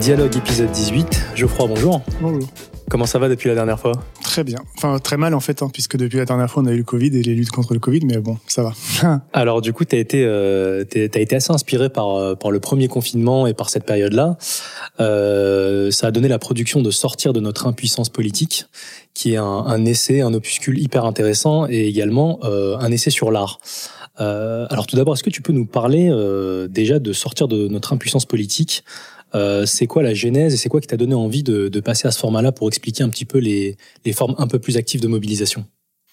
Dialogue épisode 18. Geoffroy, bonjour. Bonjour. Comment ça va depuis la dernière fois ? Très bien. Enfin, très mal en fait, puisque depuis la dernière fois, on a eu le Covid et les luttes contre le Covid, mais bon, ça va. Alors du coup, t'as été assez inspiré par le premier confinement et par cette période-là. Ça a donné la production de Sortir de notre impuissance politique, qui est un essai, un opuscule hyper intéressant et également un essai sur l'art. Alors tout d'abord, est-ce que tu peux nous parler déjà de Sortir de notre impuissance politique ? C'est quoi la genèse et c'est quoi qui t'a donné envie de passer à ce format-là pour expliquer un petit peu les formes un peu plus actives de mobilisation ?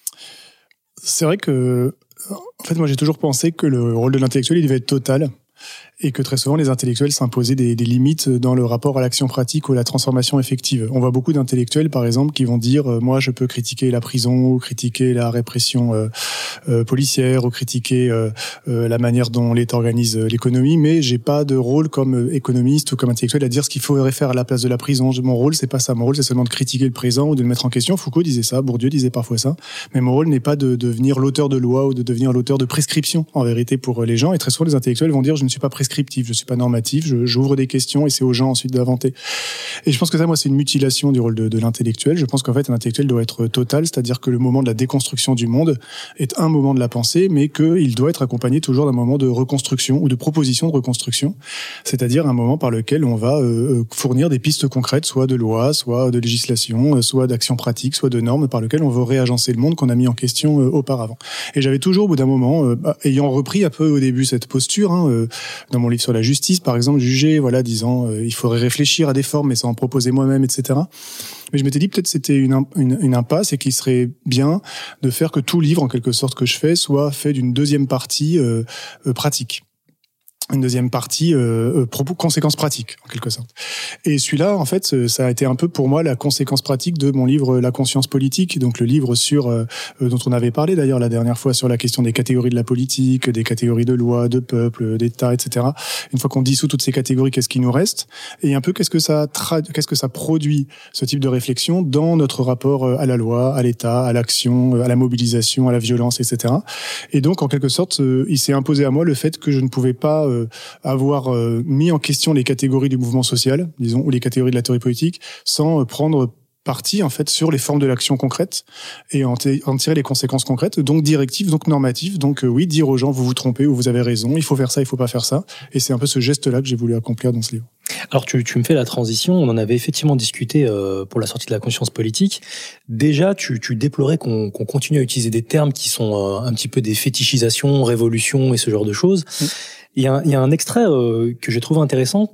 C'est vrai que, en fait, moi j'ai toujours pensé que le rôle de l'intellectuel, il devait être total. Et que très souvent, les intellectuels s'imposaient des limites dans le rapport à l'action pratique ou à la transformation effective. On voit beaucoup d'intellectuels, par exemple, qui vont dire « moi, je peux critiquer la prison, ou critiquer la répression policière, ou critiquer la manière dont l'État organise l'économie, mais j'ai pas de rôle comme économiste ou comme intellectuel à dire ce qu'il faudrait faire à la place de la prison. Mon rôle, c'est pas ça. Mon rôle, c'est seulement de critiquer le présent ou de le mettre en question. » Foucault disait ça, Bourdieu disait parfois ça. Mais mon rôle n'est pas de devenir l'auteur de loi ou de devenir l'auteur de prescriptions, en vérité, pour les gens. Et très souvent, les intellectuels vont dire « je ne suis pas prescriptif, je suis pas normatif, j'ouvre des questions et c'est aux gens ensuite d'inventer. » Et je pense que ça, moi, c'est une mutilation du rôle de l'intellectuel. Je pense qu'en fait, un intellectuel doit être total, c'est-à-dire que le moment de la déconstruction du monde est un moment de la pensée, mais qu'il doit être accompagné toujours d'un moment de reconstruction ou de proposition de reconstruction, c'est-à-dire un moment par lequel on va fournir des pistes concrètes, soit de loi, soit de législation, soit d'actions pratiques, soit de normes par lesquelles on veut réagencer le monde qu'on a mis en question auparavant. Et j'avais toujours, au bout d'un moment, ayant repris un peu au début cette posture, dans mon livre sur la justice, par exemple, jugé, disant il faudrait réfléchir à des formes, mais sans en proposer moi-même, etc. Mais je m'étais dit peut-être c'était une impasse et qu'il serait bien de faire que tout livre, en quelque sorte, que je fais, soit fait d'une deuxième partie pratique. Une deuxième partie conséquences pratiques, en quelque sorte. Et celui-là, en fait, ça a été un peu pour moi la conséquence pratique de mon livre La conscience politique, donc le livre sur dont on avait parlé d'ailleurs la dernière fois sur la question des catégories de la politique, des catégories de loi, de peuple, d'État, etc. Une fois qu'on dissout toutes ces catégories, qu'est-ce qui nous reste ? Et un peu qu'est-ce que ça produit, ce type de réflexion dans notre rapport à la loi, à l'État, à l'action, à la mobilisation, à la violence, etc. Et donc, en quelque sorte, il s'est imposé à moi le fait que je ne pouvais pas avoir mis en question les catégories du mouvement social, disons, ou les catégories de la théorie politique, sans prendre parti en fait sur les formes de l'action concrète et en tirer les conséquences concrètes, donc directives, donc normatives, donc oui, dire aux gens vous vous trompez ou vous avez raison, il faut faire ça, il faut pas faire ça, et c'est un peu ce geste-là que j'ai voulu accomplir dans ce livre. Alors tu me fais la transition, on en avait effectivement discuté pour la sortie de la conscience politique. Déjà, tu déplorais qu'on continue à utiliser des termes qui sont un petit peu des fétichisations, révolutions et ce genre de choses. Il y a un extrait que j'ai trouvé intéressant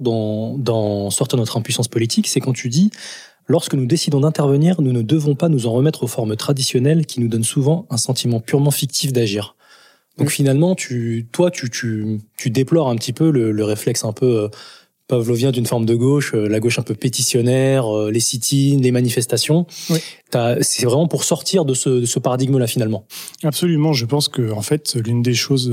dans Sortir de notre impuissance politique, c'est quand tu dis « Lorsque nous décidons d'intervenir, nous ne devons pas nous en remettre aux formes traditionnelles qui nous donnent souvent un sentiment purement fictif d'agir. » Donc finalement, tu déplores un petit peu le réflexe un peu pavlovien d'une forme de gauche, la gauche un peu pétitionnaire, les sit-ins, les manifestations. Oui. C'est vraiment pour sortir de ce paradigme-là finalement. Absolument, je pense que en fait, l'une des choses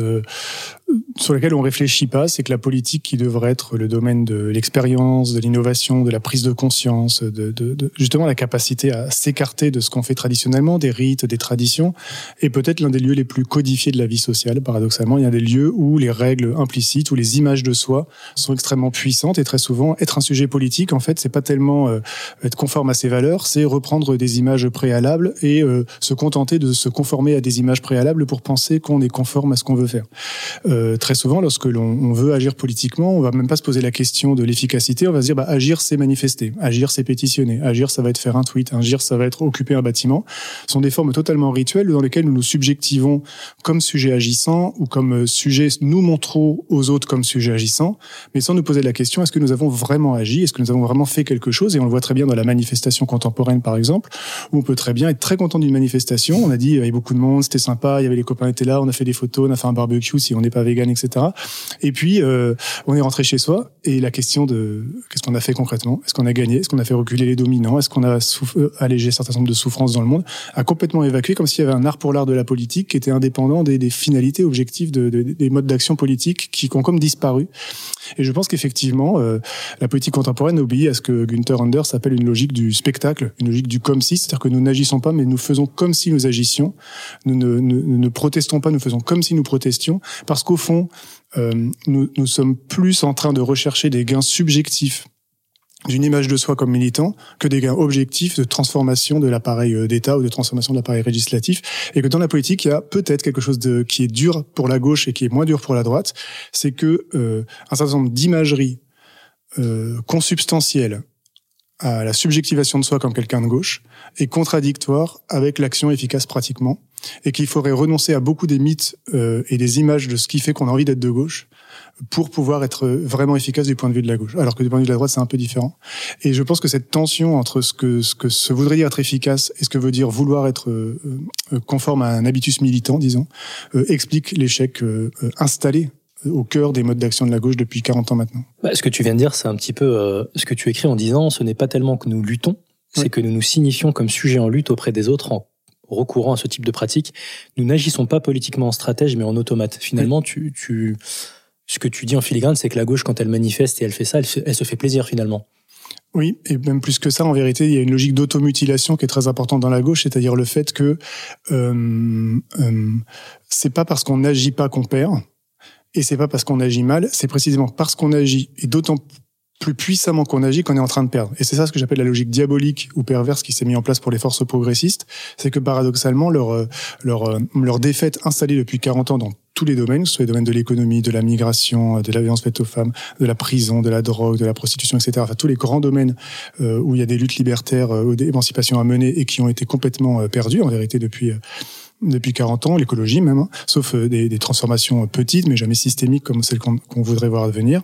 sur lesquelles on réfléchit pas, c'est que la politique qui devrait être le domaine de l'expérience, de l'innovation, de la prise de conscience, de justement la capacité à s'écarter de ce qu'on fait traditionnellement, des rites, des traditions, est peut-être l'un des lieux les plus codifiés de la vie sociale. Paradoxalement, il y a des lieux où les règles implicites, où les images de soi sont extrêmement puissantes et très souvent, être un sujet politique, en fait, c'est pas tellement être conforme à ses valeurs, c'est reprendre des images préalables et se contenter de se conformer à des images préalables pour penser qu'on est conforme à ce qu'on veut faire. Très souvent, lorsque l'on veut agir politiquement, on va même pas se poser la question de l'efficacité, on va se dire agir c'est manifester, agir c'est pétitionner, agir ça va être faire un tweet, agir ça va être occuper un bâtiment. Ce sont des formes totalement rituelles dans lesquelles nous nous subjectivons comme sujet agissant ou comme sujet nous montrons aux autres comme sujet agissant, mais sans nous poser la question est-ce que nous avons vraiment agi, est-ce que nous avons vraiment fait quelque chose, et on le voit très bien dans la manifestation contemporaine par exemple, où on peut très bien être très content d'une manifestation, on a dit il y avait beaucoup de monde, c'était sympa, il y avait les copains étaient là, on a fait des photos, on a fait un barbecue si on n'est pas vegan, etc. Et puis on est rentré chez soi et la question de qu'est-ce qu'on a fait concrètement, est-ce qu'on a gagné, est-ce qu'on a fait reculer les dominants, est-ce qu'on a allégé un certain nombre de souffrances dans le monde, a complètement évacué comme s'il y avait un art pour l'art de la politique qui était indépendant des finalités objectives des modes d'action politique qui ont comme disparu. Et je pense qu'effectivement la politique contemporaine obéit à ce que Günther Anders appelle une logique du spectacle, une logique du comme si, c'est-à-dire que nous n'agissons pas mais nous faisons comme si nous agissions, nous ne protestons pas, nous faisons comme si nous protestions, parce qu'au fond nous sommes plus en train de rechercher des gains subjectifs d'une image de soi comme militant que des gains objectifs de transformation de l'appareil d'État ou de transformation de l'appareil législatif, et que dans la politique, il y a peut-être quelque chose qui est dur pour la gauche et qui est moins dur pour la droite, c'est que un certain nombre d'imageries consubstantielles à la subjectivation de soi comme quelqu'un de gauche est contradictoire avec l'action efficace pratiquement, et qu'il faudrait renoncer à beaucoup des mythes et des images de ce qui fait qu'on a envie d'être de gauche pour pouvoir être vraiment efficace du point de vue de la gauche. Alors que du point de vue de la droite, c'est un peu différent. Et je pense que cette tension entre ce que se voudrait dire être efficace et ce que veut dire vouloir être conforme à un habitus militant, disons, explique l'échec installé au cœur des modes d'action de la gauche depuis 40 ans maintenant. Ce que tu viens de dire, c'est un petit peu ce que tu écris en disant, ce n'est pas tellement que nous luttons, c'est que nous nous signifions comme sujet en lutte auprès des autres en recourant à ce type de pratique. Nous n'agissons pas politiquement en stratège, mais en automate. Finalement, ce que tu dis en filigrane, c'est que la gauche, quand elle manifeste et elle fait ça, elle se fait plaisir finalement. Oui, et même plus que ça, en vérité, il y a une logique d'automutilation qui est très importante dans la gauche, c'est-à-dire le fait que c'est pas parce qu'on n'agit pas qu'on perd, et c'est pas parce qu'on agit mal, c'est précisément parce qu'on agit, et d'autant plus puissamment qu'on agit qu'on est en train de perdre. Et c'est ça ce que j'appelle la logique diabolique ou perverse qui s'est mise en place pour les forces progressistes, c'est que paradoxalement, leur défaite installée depuis 40 ans dans tous les domaines, que ce soit les domaines de l'économie, de la migration, de la violence faite aux femmes, de la prison, de la drogue, de la prostitution, etc. Enfin, tous les grands domaines où il y a des luttes libertaires ou des émancipations à mener et qui ont été complètement perdues, en vérité, depuis 40 ans, l'écologie même, hein, sauf des transformations petites, mais jamais systémiques comme celles qu'on voudrait voir advenir.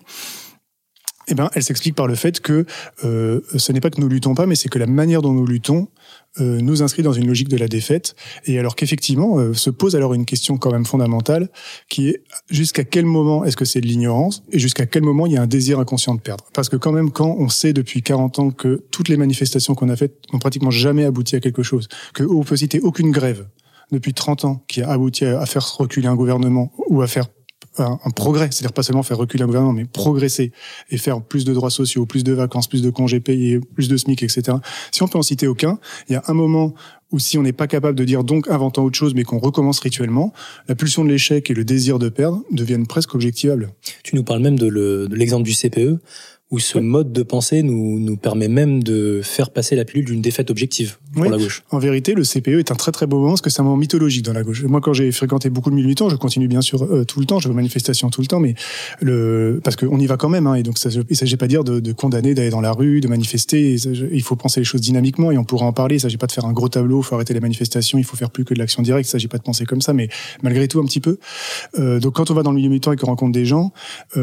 Eh ben, elle s'explique par le fait que ce n'est pas que nous luttons pas, mais c'est que la manière dont nous luttons nous inscrit dans une logique de la défaite. Et alors qu'effectivement, se pose alors une question quand même fondamentale, qui est jusqu'à quel moment est-ce que c'est de l'ignorance et jusqu'à quel moment il y a un désir inconscient de perdre. Parce que quand même, quand on sait depuis 40 ans que toutes les manifestations qu'on a faites n'ont pratiquement jamais abouti à quelque chose, qu'on peut citer aucune grève depuis 30 ans qui a abouti à faire reculer un gouvernement ou à faire un progrès, c'est-à-dire pas seulement faire reculer un gouvernement, mais progresser et faire plus de droits sociaux, plus de vacances, plus de congés payés, plus de SMIC, etc. Si on peut en citer aucun, il y a un moment où si on n'est pas capable de dire donc inventant autre chose, mais qu'on recommence rituellement, la pulsion de l'échec et le désir de perdre deviennent presque objectivables. Tu nous parles même de l'exemple du CPE, où ce mode de pensée nous permet même de faire passer la pilule d'une défaite objective pour la gauche. En vérité, le CPE est un très très beau moment, parce que c'est un moment mythologique dans la gauche. Moi, quand j'ai fréquenté beaucoup de militants, je continue bien sûr tout le temps, je vais aux manifestations tout le temps, mais parce qu'on y va quand même, hein, et donc il s'agit pas de dire de condamner d'aller dans la rue, de manifester, il faut penser les choses dynamiquement, et on pourra en parler, il s'agit pas de faire un gros tableau, il faut arrêter les manifestations, il faut faire plus que de l'action directe, il s'agit pas de penser comme ça, mais malgré tout un petit peu. Donc quand on va dans le milieu militant et qu'on rencontre des gens,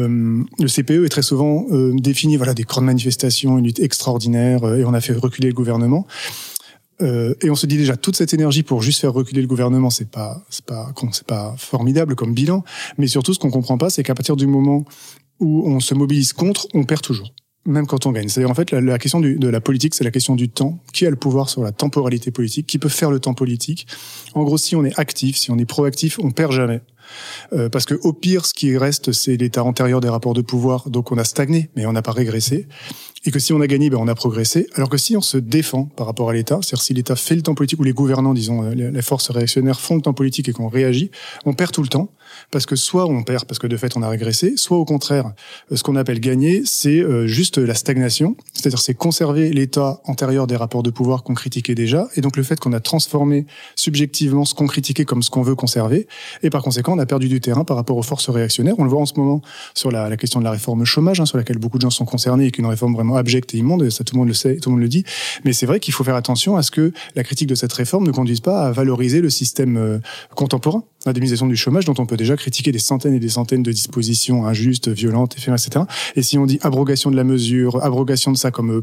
le CPE est très souvent défini, voilà, des grandes manifestations, une lutte extraordinaire, et on a fait reculer le gouvernement. Et on se dit déjà, toute cette énergie pour juste faire reculer le gouvernement, c'est pas formidable comme bilan. Mais surtout, ce qu'on comprend pas, c'est qu'à partir du moment où on se mobilise contre, on perd toujours. Même quand on gagne. C'est-à-dire, en fait, la question de la politique, c'est la question du temps. Qui a le pouvoir sur la temporalité politique? Qui peut faire le temps politique? En gros, si on est actif, si on est proactif, on perd jamais. Parce que au pire, ce qui reste, c'est l'état antérieur des rapports de pouvoir. Donc on a stagné, mais on n'a pas régressé. Et que si on a gagné, on a progressé. Alors que si on se défend par rapport à l'État, c'est-à-dire si l'État fait le temps politique, ou les gouvernants, disons, les forces réactionnaires font le temps politique et qu'on réagit, on perd tout le temps. Parce que soit on perd parce que de fait on a régressé, soit au contraire, ce qu'on appelle gagner, c'est juste la stagnation. C'est-à-dire c'est conserver l'état antérieur des rapports de pouvoir qu'on critiquait déjà. Et donc le fait qu'on a transformé subjectivement ce qu'on critiquait comme ce qu'on veut conserver. Et par conséquent, on a perdu du terrain par rapport aux forces réactionnaires. On le voit en ce moment sur la question de la réforme chômage, hein, sur laquelle beaucoup de gens sont concernés et qu'une réforme vraiment abjecte et immonde, et ça tout le monde le sait, tout le monde le dit. Mais c'est vrai qu'il faut faire attention à ce que la critique de cette réforme ne conduise pas à valoriser le système contemporain, l'indemnisation du chômage, dont on peut déjà critiquer des centaines et des centaines de dispositions injustes, violentes, éphémères, etc. Et si on dit abrogation de la mesure, abrogation de ça comme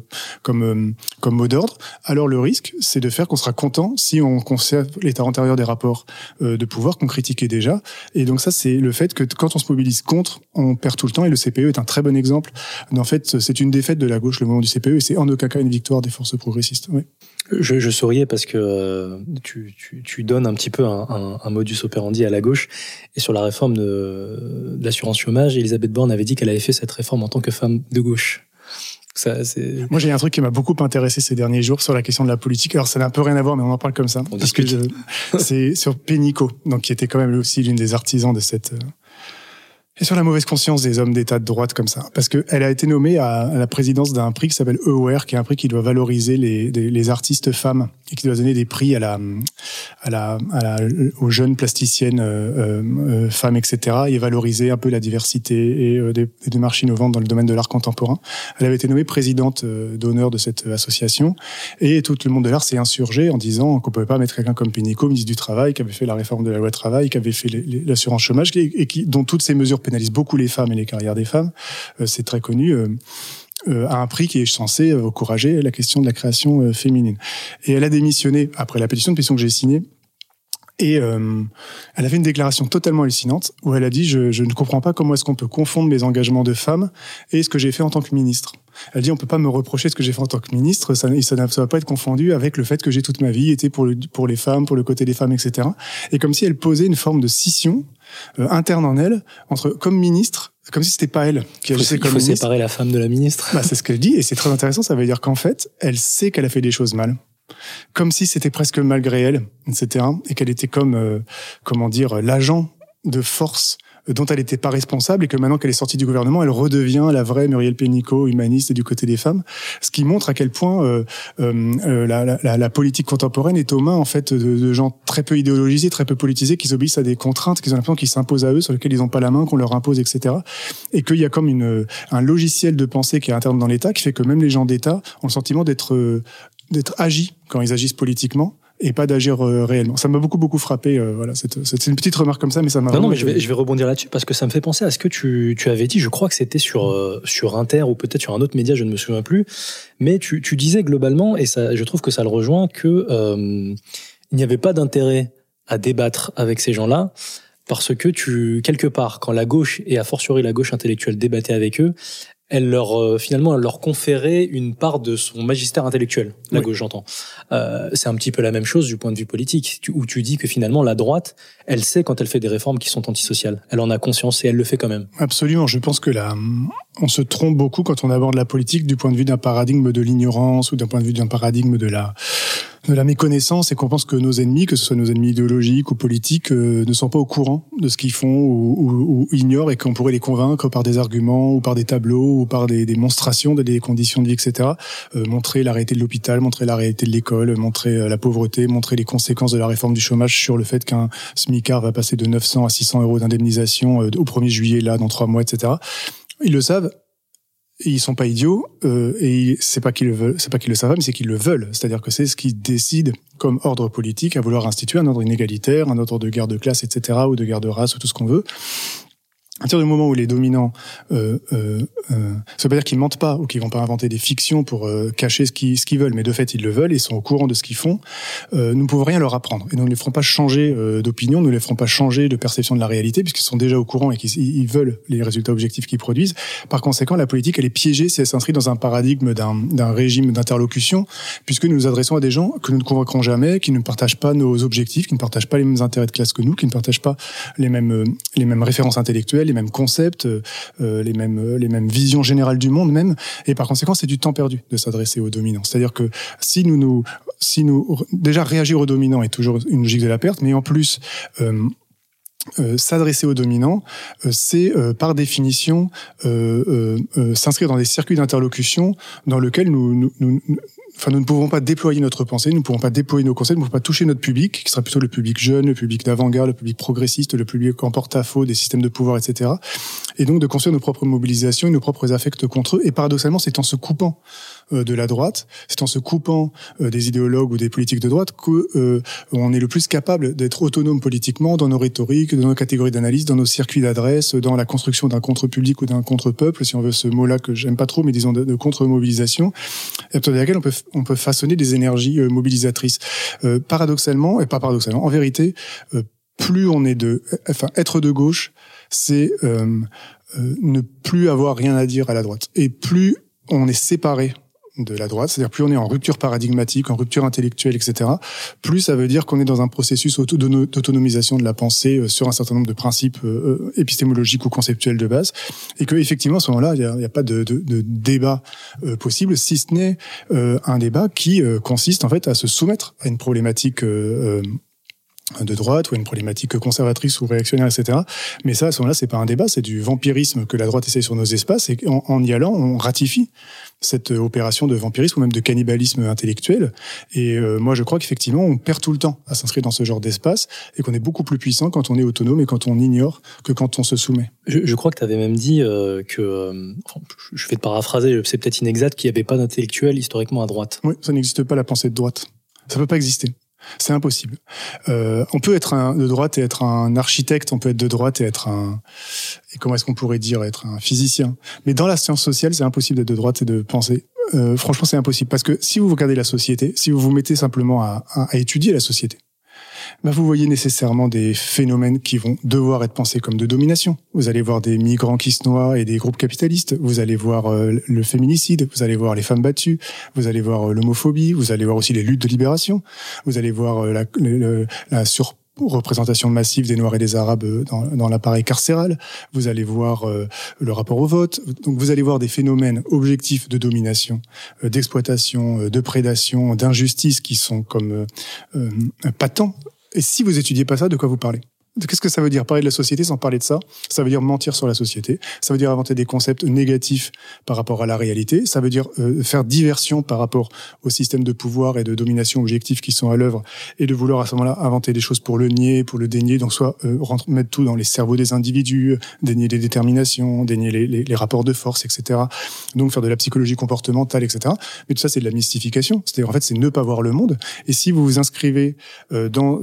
mot d'ordre, alors le risque, c'est de faire qu'on sera content si on conserve l'état antérieur des rapports de pouvoir qu'on critiquait déjà. Et donc ça, c'est le fait que quand on se mobilise contre, on perd tout le temps. Et le CPE est un très bon exemple. En fait, c'est une défaite de la gauche, le moment du CPE, et c'est en aucun cas une victoire des forces progressistes. Oui. Je souriais parce que tu donnes un petit peu un modus operandi à la gauche. Et sur la réforme de l'assurance chômage, Elisabeth Borne avait dit qu'elle avait fait cette réforme en tant que femme de gauche. Ça, moi, j'ai un truc qui m'a beaucoup intéressé ces derniers jours sur la question de la politique. Alors, ça n'a un peu rien à voir, mais on en parle comme ça. On discute. C'est sur Pénicaud, donc qui était quand même aussi l'une des artisans de cette Et sur la mauvaise conscience des hommes d'État de droite comme ça, parce que elle a été nommée à la présidence d'un prix qui s'appelle Aware, qui est un prix qui doit valoriser les artistes femmes et qui doit donner des prix aux jeunes plasticiennes femmes, etc. et valoriser un peu la diversité et des démarches innovantes dans le domaine de l'art contemporain. Elle avait été nommée présidente d'honneur de cette association et tout le monde de l'art s'est insurgé en disant qu'on pouvait pas mettre quelqu'un comme Pénicaud, ministre du Travail, qui avait fait la réforme de la loi travail, qui avait fait l'assurance chômage et dont toutes ces mesures pénalise beaucoup les femmes et les carrières des femmes, c'est très connu, à un prix qui est censé encourager la question de la création féminine. Et elle a démissionné après la pétition que j'ai signée. Et elle a fait une déclaration totalement hallucinante où elle a dit je ne comprends pas comment est-ce qu'on peut confondre mes engagements de femme et ce que j'ai fait en tant que ministre. Elle dit on peut pas me reprocher ce que j'ai fait en tant que ministre, ça va pas être confondu avec le fait que j'ai toute ma vie été pour les femmes, pour le côté des femmes, etc. Et comme si elle posait une forme de scission interne en elle entre comme ministre, comme si c'était pas elle qui agissait comme ministre. Il faut séparer la femme de la ministre. Bah, c'est ce qu'elle dit et c'est très intéressant. Ça veut dire qu'en fait, elle sait qu'elle a fait des choses mal. Comme si c'était presque malgré elle, etc. Et qu'elle était comme, l'agent de force dont elle n'était pas responsable et que maintenant qu'elle est sortie du gouvernement, elle redevient la vraie Muriel Pénicaud, humaniste et du côté des femmes. Ce qui montre à quel point la politique contemporaine est aux mains en fait de gens très peu idéologisés, très peu politisés, qui obéissent à des contraintes, qu'ils ont l'impression qu'ils s'imposent à eux, sur lesquelles ils n'ont pas la main, qu'on leur impose, etc. Et qu'il y a comme un logiciel de pensée qui est interne dans l'État, qui fait que même les gens d'État ont le sentiment d'être agis quand ils agissent politiquement et pas d'agir réellement. Ça m'a beaucoup frappé. Voilà, c'est une petite remarque comme ça, mais ça m'a. Non, mais je vais rebondir là-dessus parce que ça me fait penser à ce que tu avais dit. Je crois que c'était sur Inter ou peut-être sur un autre média, je ne me souviens plus. Mais tu disais globalement, et ça, je trouve que ça le rejoint, que il n'y avait pas d'intérêt à débattre avec ces gens-là parce que quelque part, quand la gauche et a fortiori la gauche intellectuelle débattait avec eux, elle leur conférait une part de son magistère intellectuel, la gauche j'entends. C'est un petit peu la même chose du point de vue politique, où tu dis que finalement la droite, elle sait quand elle fait des réformes qui sont antisociales. Elle en a conscience et elle le fait quand même. Absolument, je pense que on se trompe beaucoup quand on aborde la politique du point de vue d'un paradigme de l'ignorance ou d'un point de vue d'un paradigme de la méconnaissance et qu'on pense que nos ennemis, que ce soit nos ennemis idéologiques ou politiques, ne sont pas au courant de ce qu'ils font ou ignorent et qu'on pourrait les convaincre par des arguments ou par des tableaux ou par des démonstrations des conditions de vie, etc. Montrer la réalité de l'hôpital, montrer la réalité de l'école, montrer la pauvreté, montrer les conséquences de la réforme du chômage sur le fait qu'un smicard va passer de 900 à 600 euros d'indemnisation au 1er juillet, là, dans 3 mois, etc. Ils le savent. Ils sont pas idiots et c'est pas qu'ils le savent, mais c'est qu'ils le veulent. C'est-à-dire que c'est ce qu'ils décident comme ordre politique à vouloir instituer un ordre inégalitaire, un ordre de guerre de classe, etc., ou de guerre de race, ou tout ce qu'on veut. À partir du moment où les dominants, ça veut pas dire qu'ils mentent pas ou qu'ils vont pas inventer des fictions pour cacher ce qu'ils veulent, mais de fait ils le veulent, ils sont au courant de ce qu'ils font. Nous ne pouvons rien leur apprendre et nous ne les ferons pas changer d'opinion, nous ne les ferons pas changer de perception de la réalité puisqu'ils sont déjà au courant et qu'ils veulent les résultats objectifs qu'ils produisent. Par conséquent, la politique elle est piégée si elle s'inscrit dans un paradigme d'un régime d'interlocution, puisque nous nous adressons à des gens que nous ne convaincrons jamais, qui ne partagent pas nos objectifs, qui ne partagent pas les mêmes intérêts de classe que nous, qui ne partagent pas les mêmes références intellectuelles, les mêmes concepts, les mêmes visions générales du monde même, et par conséquent c'est du temps perdu de s'adresser aux dominants. C'est-à-dire que si nous déjà réagir aux dominants est toujours une logique de la perte, mais en plus s'adresser aux dominants, c'est par définition s'inscrire dans des circuits d'interlocution dans lesquels nous ne pouvons pas déployer notre pensée, nous ne pouvons pas déployer nos concepts, nous ne pouvons pas toucher notre public, qui sera plutôt le public jeune, le public d'avant-garde, le public progressiste, le public en porte-à-faux des systèmes de pouvoir, etc. Et donc de construire nos propres mobilisations, nos propres affects contre eux. Et paradoxalement, c'est en se coupant de la droite, c'est en se coupant des idéologues ou des politiques de droite que on est le plus capable d'être autonome politiquement dans nos rhétoriques, dans nos catégories d'analyse, dans nos circuits d'adresse, dans la construction d'un contre-public ou d'un contre-peuple, si on veut ce mot-là que j'aime pas trop, mais disons de contre-mobilisation, à partir de laquelle on peut façonner des énergies mobilisatrices. Paradoxalement, et pas paradoxalement, en vérité, plus on est être de gauche, c'est ne plus avoir rien à dire à la droite. Et plus on est séparé de la droite, c'est-à-dire plus on est en rupture paradigmatique, en rupture intellectuelle, etc., plus ça veut dire qu'on est dans un processus d'autonomisation de la pensée sur un certain nombre de principes épistémologiques ou conceptuels de base, et que effectivement à ce moment-là, il n'y a pas de débat possible, si ce n'est un débat qui consiste en fait à se soumettre à une problématique de droite, ou à une problématique conservatrice ou réactionnaire, etc. Mais ça, à ce moment-là, c'est pas un débat, c'est du vampirisme que la droite essaie sur nos espaces, et en y allant, on ratifie cette opération de vampirisme ou même de cannibalisme intellectuel. Et moi, je crois qu'effectivement, on perd tout le temps à s'inscrire dans ce genre d'espace, et qu'on est beaucoup plus puissant quand on est autonome et quand on ignore que quand on se soumet. Je crois que tu avais même dit je vais te paraphraser, c'est peut-être inexact, qu'il n'y avait pas d'intellectuel historiquement à droite. Oui, ça n'existe pas, la pensée de droite. Ça peut pas exister. C'est impossible. On peut être de droite et être un architecte, on peut être de droite et être et comment est-ce qu'on pourrait dire, être un physicien. Mais dans la science sociale, c'est impossible d'être de droite et de penser. Franchement, c'est impossible. Parce que si vous regardez la société, si vous vous mettez simplement à étudier la société, ben vous voyez nécessairement des phénomènes qui vont devoir être pensés comme de domination. Vous allez voir des migrants qui se noient et des groupes capitalistes. Vous allez voir le féminicide. Vous allez voir les femmes battues. Vous allez voir l'homophobie. Vous allez voir aussi les luttes de libération. Vous allez voir la surreprésentation massive des Noirs et des Arabes dans l'appareil carcéral. Vous allez voir le rapport au vote. Donc vous allez voir des phénomènes objectifs de domination, d'exploitation, de prédation, d'injustice qui sont comme patents. Et si vous étudiez pas ça, de quoi vous parlez ? Qu'est-ce que ça veut dire, parler de la société sans parler de ça ? Ça veut dire mentir sur la société. Ça veut dire inventer des concepts négatifs par rapport à la réalité. Ça veut dire faire diversion par rapport au système de pouvoir et de domination objectif qui sont à l'œuvre, et de vouloir à ce moment-là inventer des choses pour le nier, pour le dénier. Donc soit mettre tout dans les cerveaux des individus, dénier les déterminations, dénier les rapports de force, etc. Donc faire de la psychologie comportementale, etc. Mais tout ça, c'est de la mystification. C'est-à-dire, en fait, c'est ne pas voir le monde. Et si vous vous inscrivez dans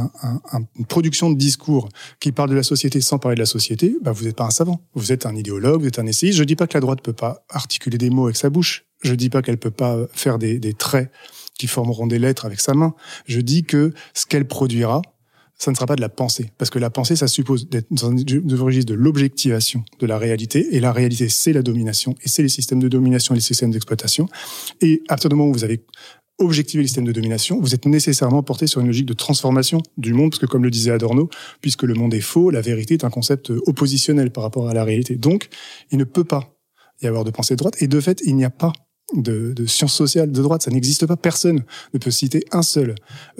une production de discours qui parle de la société sans parler de la société, bah vous n'êtes pas un savant. Vous êtes un idéologue, vous êtes un essayiste. Je dis pas que la droite peut pas articuler des mots avec sa bouche. Je dis pas qu'elle peut pas faire des traits qui formeront des lettres avec sa main. Je dis que ce qu'elle produira, ça ne sera pas de la pensée. Parce que la pensée, ça suppose d'être dans un registre de l'objectivation de la réalité. Et la réalité, c'est la domination. Et c'est les systèmes de domination et les systèmes d'exploitation. Et à partir du moment où vous avez objectiver les systèmes de domination, vous êtes nécessairement porté sur une logique de transformation du monde, parce que comme le disait Adorno, puisque le monde est faux, la vérité est un concept oppositionnel par rapport à la réalité. Donc, il ne peut pas y avoir de pensée de droite, et de fait, il n'y a pas de sciences sociales de droite, ça n'existe pas. Personne ne peut citer un seul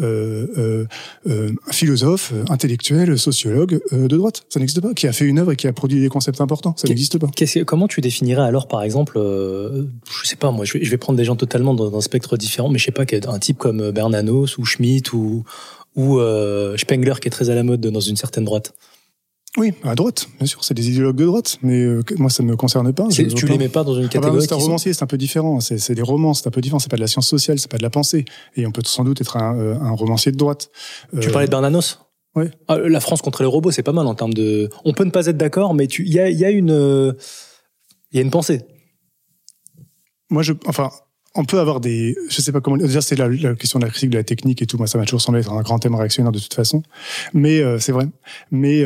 philosophe, intellectuel, sociologue de droite. Ça n'existe pas. Qui a fait une œuvre et qui a produit des concepts importants. Ça n'existe pas. Comment tu définirais alors, par exemple, je sais pas, moi, je vais prendre des gens totalement dans un spectre différent, mais je sais pas, un type comme Bernanos ou Schmitt ou Spengler qui est très à la mode dans une certaine droite. Oui, à droite, bien sûr, c'est des idéologues de droite, mais moi ça me concerne pas. Tu les mets pas dans une catégorie. C'est un romancier, c'est un peu différent. C'est des romans, c'est un peu différent. C'est pas de la science sociale, c'est pas de la pensée. Et on peut sans doute être un romancier de droite. Tu parlais de Bernanos. Oui. La France contre les robots, c'est pas mal en termes de. On peut ne pas être d'accord, mais il y a une pensée. Moi, on peut avoir je sais pas comment, déjà c'est la question de la critique de la technique et tout, moi ça m'a toujours semblé être un grand thème réactionnaire de toute façon, mais c'est vrai, mais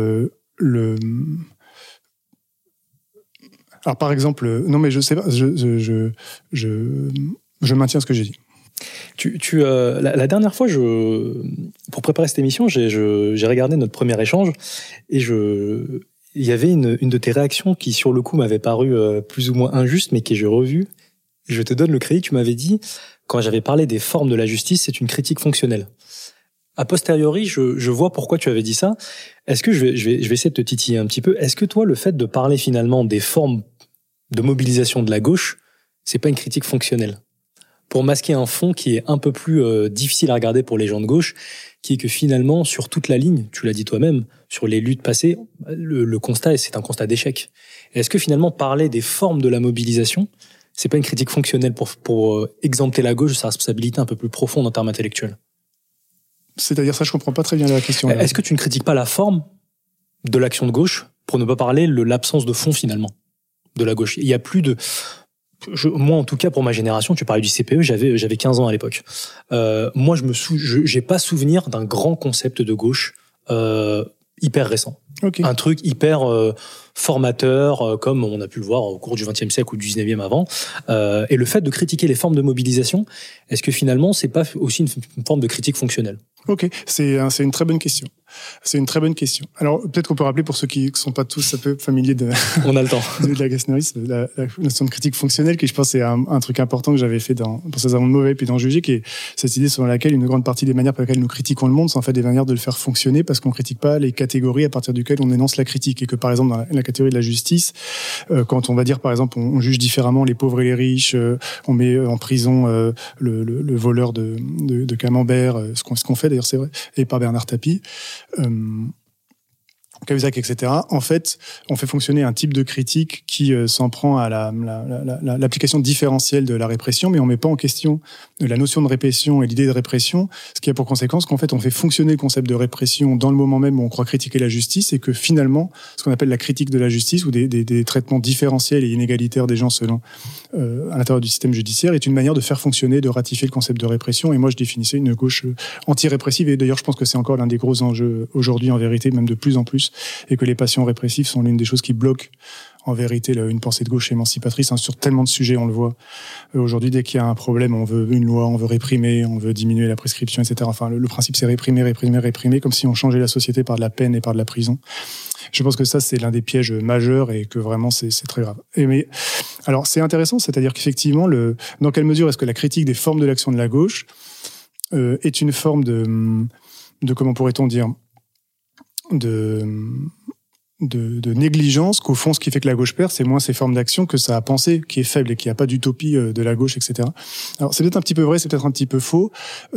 alors par exemple, non mais je sais pas, je maintiens ce que j'ai dit. La dernière fois, pour préparer cette émission, j'ai regardé notre premier échange, et il y avait une de tes réactions qui sur le coup m'avait paru plus ou moins injuste, mais que j'ai revue. Je te donne le crédit, tu m'avais dit, quand j'avais parlé des formes de la justice, c'est une critique fonctionnelle. A posteriori, je vois pourquoi tu avais dit ça. Est-ce que je vais essayer de te titiller un petit peu. Est-ce que toi, le fait de parler finalement des formes de mobilisation de la gauche, c'est pas une critique fonctionnelle? Pour masquer un fond qui est un peu plus difficile à regarder pour les gens de gauche, qui est que finalement, sur toute la ligne, tu l'as dit toi-même, sur les luttes passées, le constat, c'est un constat d'échec. Et est-ce que finalement, parler des formes de la mobilisation, c'est pas une critique fonctionnelle pour exempter la gauche de sa responsabilité un peu plus profonde en termes intellectuels? C'est-à-dire ça, je comprends pas très bien la question. Est-ce que tu ne critiques pas la forme de l'action de gauche pour ne pas parler de l'absence de fond finalement de la gauche? Il y a plus de... moi, en tout cas, pour ma génération, tu parlais du CPE, j'avais 15 ans à l'époque. Moi, j'ai pas souvenir d'un grand concept de gauche hyper récent. Okay. Un truc hyper... formateur, comme on a pu le voir au cours du XXe siècle ou du XIXe avant. Et le fait de critiquer les formes de mobilisation, est-ce que finalement, c'est pas aussi une forme de critique fonctionnelle ? Ok, c'est une très bonne question. C'est une très bonne question. Alors, peut-être qu'on peut rappeler pour ceux qui ne sont pas tous un peu familiers on a le temps. de la Gastnerie, la notion de critique fonctionnelle, qui je pense est un truc important que j'avais fait pour César de Mauvais puis dans Juger, qui est cette idée selon laquelle une grande partie des manières par lesquelles nous critiquons le monde sont en fait des manières de le faire fonctionner parce qu'on ne critique pas les catégories à partir duquel on énonce la critique. Et que par exemple, dans la catégorie de la justice, quand on va dire par exemple, on juge différemment les pauvres et les riches, on met en prison le voleur de Camembert, ce qu'on fait d'ailleurs, c'est vrai, et par Bernard Tapie, Cahuzac, etc. En fait, on fait fonctionner un type de critique qui s'en prend à l'application différentielle de la répression, mais on met pas en question la notion de répression et l'idée de répression, ce qui a pour conséquence qu'en fait, on fait fonctionner le concept de répression dans le moment même où on croit critiquer la justice, et que finalement, ce qu'on appelle la critique de la justice ou des traitements différentiels et inégalitaires des gens selon à l'intérieur du système judiciaire est une manière de faire fonctionner, de ratifier le concept de répression. Et moi, je définissais une gauche anti-répressive, et d'ailleurs, je pense que c'est encore l'un des gros enjeux aujourd'hui, en vérité, même de plus en plus, et que les passions répressives sont l'une des choses qui bloquent en vérité une pensée de gauche émancipatrice, sur tellement de sujets, on le voit. Aujourd'hui, dès qu'il y a un problème, on veut une loi, on veut réprimer, on veut diminuer la prescription, etc. Enfin, le principe, c'est réprimer, comme si on changeait la société par de la peine et par de la prison. Je pense que ça, c'est l'un des pièges majeurs et que vraiment, c'est très grave. Alors, c'est intéressant, c'est-à-dire qu'effectivement, dans quelle mesure est-ce que la critique des formes de l'action de la gauche est une forme de comment pourrait-on dire, de négligence, qu'au fond, ce qui fait que la gauche perd, c'est moins ses formes d'action que sa pensée qui est faible et qu'il n'y a pas d'utopie de la gauche, etc. Alors, c'est peut-être un petit peu vrai, c'est peut-être un petit peu faux.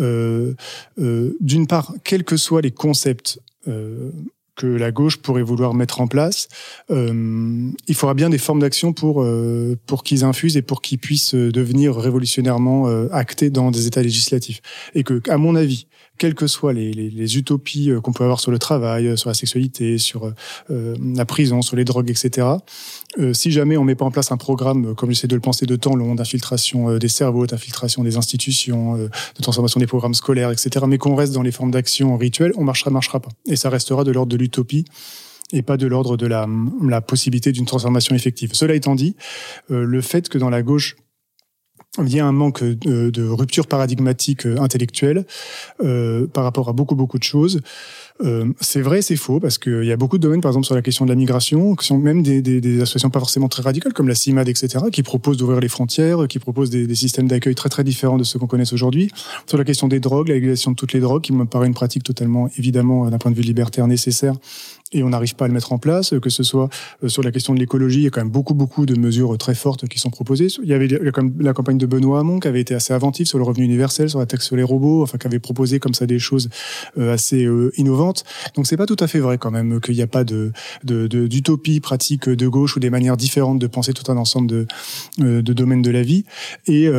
D'une part, quels que soient les concepts que la gauche pourrait vouloir mettre en place, il faudra bien des formes d'action pour qu'ils infusent et pour qu'ils puissent devenir révolutionnairement actés dans des états législatifs. Et que, à mon avis, quelles que soient les utopies qu'on peut avoir sur le travail, sur la sexualité, sur la prison, sur les drogues, etc., si jamais on met pas en place un programme, comme j'essaie de le penser, de temps long, d'infiltration des cerveaux, d'infiltration des institutions, de transformation des programmes scolaires, etc., mais qu'on reste dans les formes d'action rituelles, on marchera pas. Et ça restera de l'ordre de l'utopie et pas de l'ordre de la possibilité d'une transformation effective. Cela étant dit, le fait que dans la gauche, il y a un manque de rupture paradigmatique intellectuelle par rapport à beaucoup de choses. C'est vrai, c'est faux, parce qu'il y a beaucoup de domaines, par exemple sur la question de la migration, qui sont même des associations pas forcément très radicales, comme la CIMAD, etc., qui proposent d'ouvrir les frontières, qui proposent des systèmes d'accueil très différents de ceux qu'on connaît aujourd'hui. Sur la question des drogues, la légalisation de toutes les drogues, qui me paraît une pratique totalement, évidemment, d'un point de vue libertaire nécessaire, et on n'arrive pas à le mettre en place, que ce soit sur la question de l'écologie, il y a quand même beaucoup de mesures très fortes qui sont proposées. Il y avait la campagne de Benoît Hamon qui avait été assez inventive sur le revenu universel, sur la taxe sur les robots, enfin qui avait proposé comme ça des choses assez innovantes. Donc c'est pas tout à fait vrai quand même qu'il n'y a pas d'utopie pratique de gauche ou des manières différentes de penser tout un ensemble de domaines de la vie. Et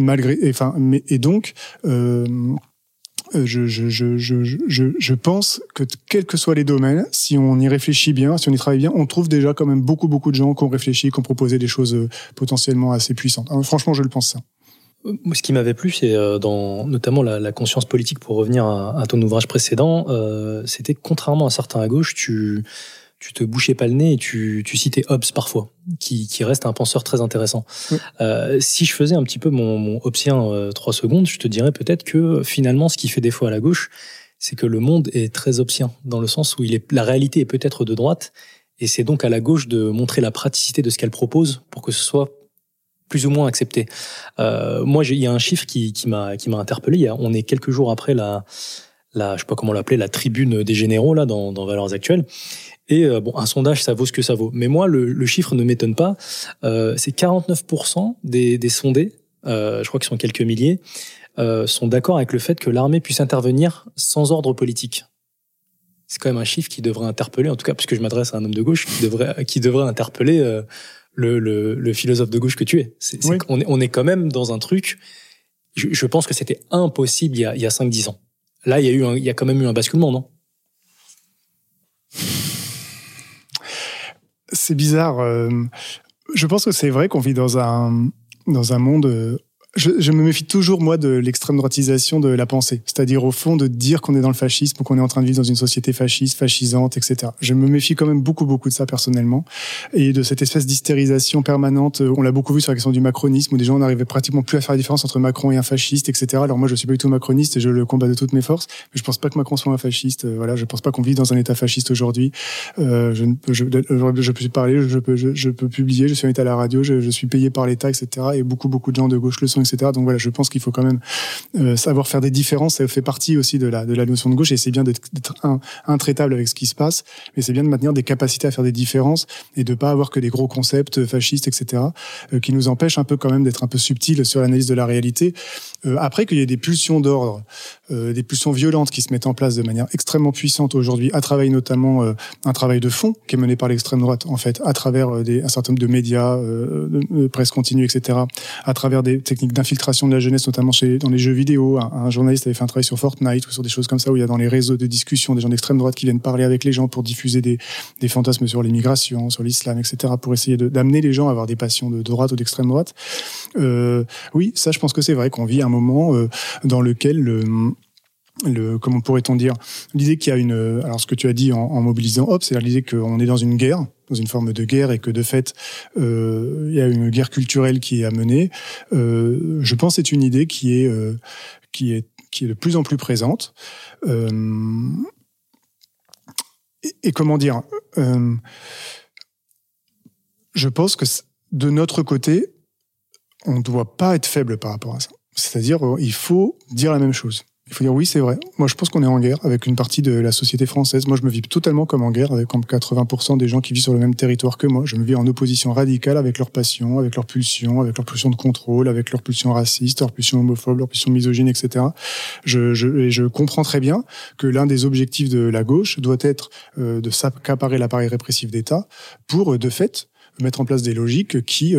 je pense que quels que soient les domaines, si on y réfléchit bien, si on y travaille bien, on trouve déjà quand même beaucoup de gens qui ont réfléchi, qui ont proposé des choses potentiellement assez puissantes. Franchement, je le pense ça. Ce qui m'avait plu, c'est dans notamment la conscience politique, pour revenir à ton ouvrage précédent, c'était que contrairement à certains à gauche, tu te bouchais pas le nez et tu citais Hobbes parfois, qui reste un penseur très intéressant. Oui. Si je faisais un petit peu mon hobbesien 3 secondes, je te dirais peut-être que finalement, ce qui fait défaut à la gauche, c'est que le monde est très hobbesien, dans le sens où la réalité est peut-être de droite, et c'est donc à la gauche de montrer la praticité de ce qu'elle propose pour que ce soit plus ou moins accepté. Moi, il y a un chiffre qui m'a interpellé. On est quelques jours après la je sais pas comment l'appeler, la tribune des généraux là dans Valeurs Actuelles. Et un sondage, ça vaut ce que ça vaut. Mais moi, le chiffre ne m'étonne pas. C'est 49% des sondés, je crois qu'ils sont quelques milliers, sont d'accord avec le fait que l'armée puisse intervenir sans ordre politique. C'est quand même un chiffre qui devrait interpeller, en tout cas, puisque je m'adresse à un homme de gauche, qui devrait interpeller le philosophe de gauche que tu es. Oui. On est quand même dans un truc. Je pense que c'était impossible il y a 5-10 ans. Là, il y a quand même eu un basculement, non? C'est bizarre. Je pense que c'est vrai qu'on vit dans un monde Je me méfie toujours, moi, de l'extrême droitisation de la pensée. C'est-à-dire, au fond, de dire qu'on est dans le fascisme ou qu'on est en train de vivre dans une société fasciste, fascisante, etc. Je me méfie quand même beaucoup de ça, personnellement. Et de cette espèce d'hystérisation permanente. On l'a beaucoup vu sur la question du macronisme, où des gens n'arrivaient pratiquement plus à faire la différence entre Macron et un fasciste, etc. Alors moi, je suis pas du tout macroniste et je le combats de toutes mes forces. Mais je pense pas que Macron soit un fasciste. Voilà, je pense pas qu'on vive dans un état fasciste aujourd'hui. Je peux parler, je peux publier, je suis invité à la radio, je suis payé par l'État, etc. Et beaucoup de gens de gauche le sont, etc. Donc voilà, je pense qu'il faut quand même savoir faire des différences. Ça fait partie aussi de la notion de gauche, et c'est bien d'être intraitable avec ce qui se passe, mais c'est bien de maintenir des capacités à faire des différences et de pas avoir que des gros concepts fascistes, etc. Qui nous empêchent un peu quand même d'être un peu subtils sur l'analyse de la réalité. Après qu'il y ait des pulsions d'ordre, des pulsions violentes qui se mettent en place de manière extrêmement puissante aujourd'hui, à travers notamment un travail de fond qui est mené par l'extrême droite, en fait, à travers un certain nombre de médias, de presse continue, etc., à travers des techniques d'infiltration de la jeunesse, notamment dans les jeux vidéo. Un journaliste avait fait un travail sur Fortnite ou sur des choses comme ça, où il y a dans les réseaux de discussion des gens d'extrême droite qui viennent parler avec les gens pour diffuser des fantasmes sur l'immigration, sur l'islam, etc., pour essayer d'amener les gens à avoir des passions de droite ou d'extrême droite. Oui, ça, je pense que c'est vrai qu'on vit un moment dans lequel comment pourrait-on dire, l'idée qu'il y a alors ce que tu as dit en mobilisant Hop, c'est-à-dire l'idée qu'on est dans une guerre, dans une forme de guerre, et que de fait il y a une guerre culturelle qui est à mener. Je pense que c'est une idée qui est de plus en plus présente. Et comment dire, je pense que de notre côté, on ne doit pas être faible par rapport à ça. C'est-à-dire, il faut dire la même chose. Il faut dire oui, c'est vrai. Moi, je pense qu'on est en guerre avec une partie de la société française. Moi, je me vis totalement comme en guerre avec comme 80% des gens qui vivent sur le même territoire que moi. Je me vis en opposition radicale avec leurs passions, avec leurs pulsions de contrôle, avec leurs pulsions racistes, leurs pulsions homophobes, leurs pulsions misogynes, etc. Je comprends très bien que l'un des objectifs de la gauche doit être de s'accaparer l'appareil répressif d'État pour, de fait, mettre en place des logiques qui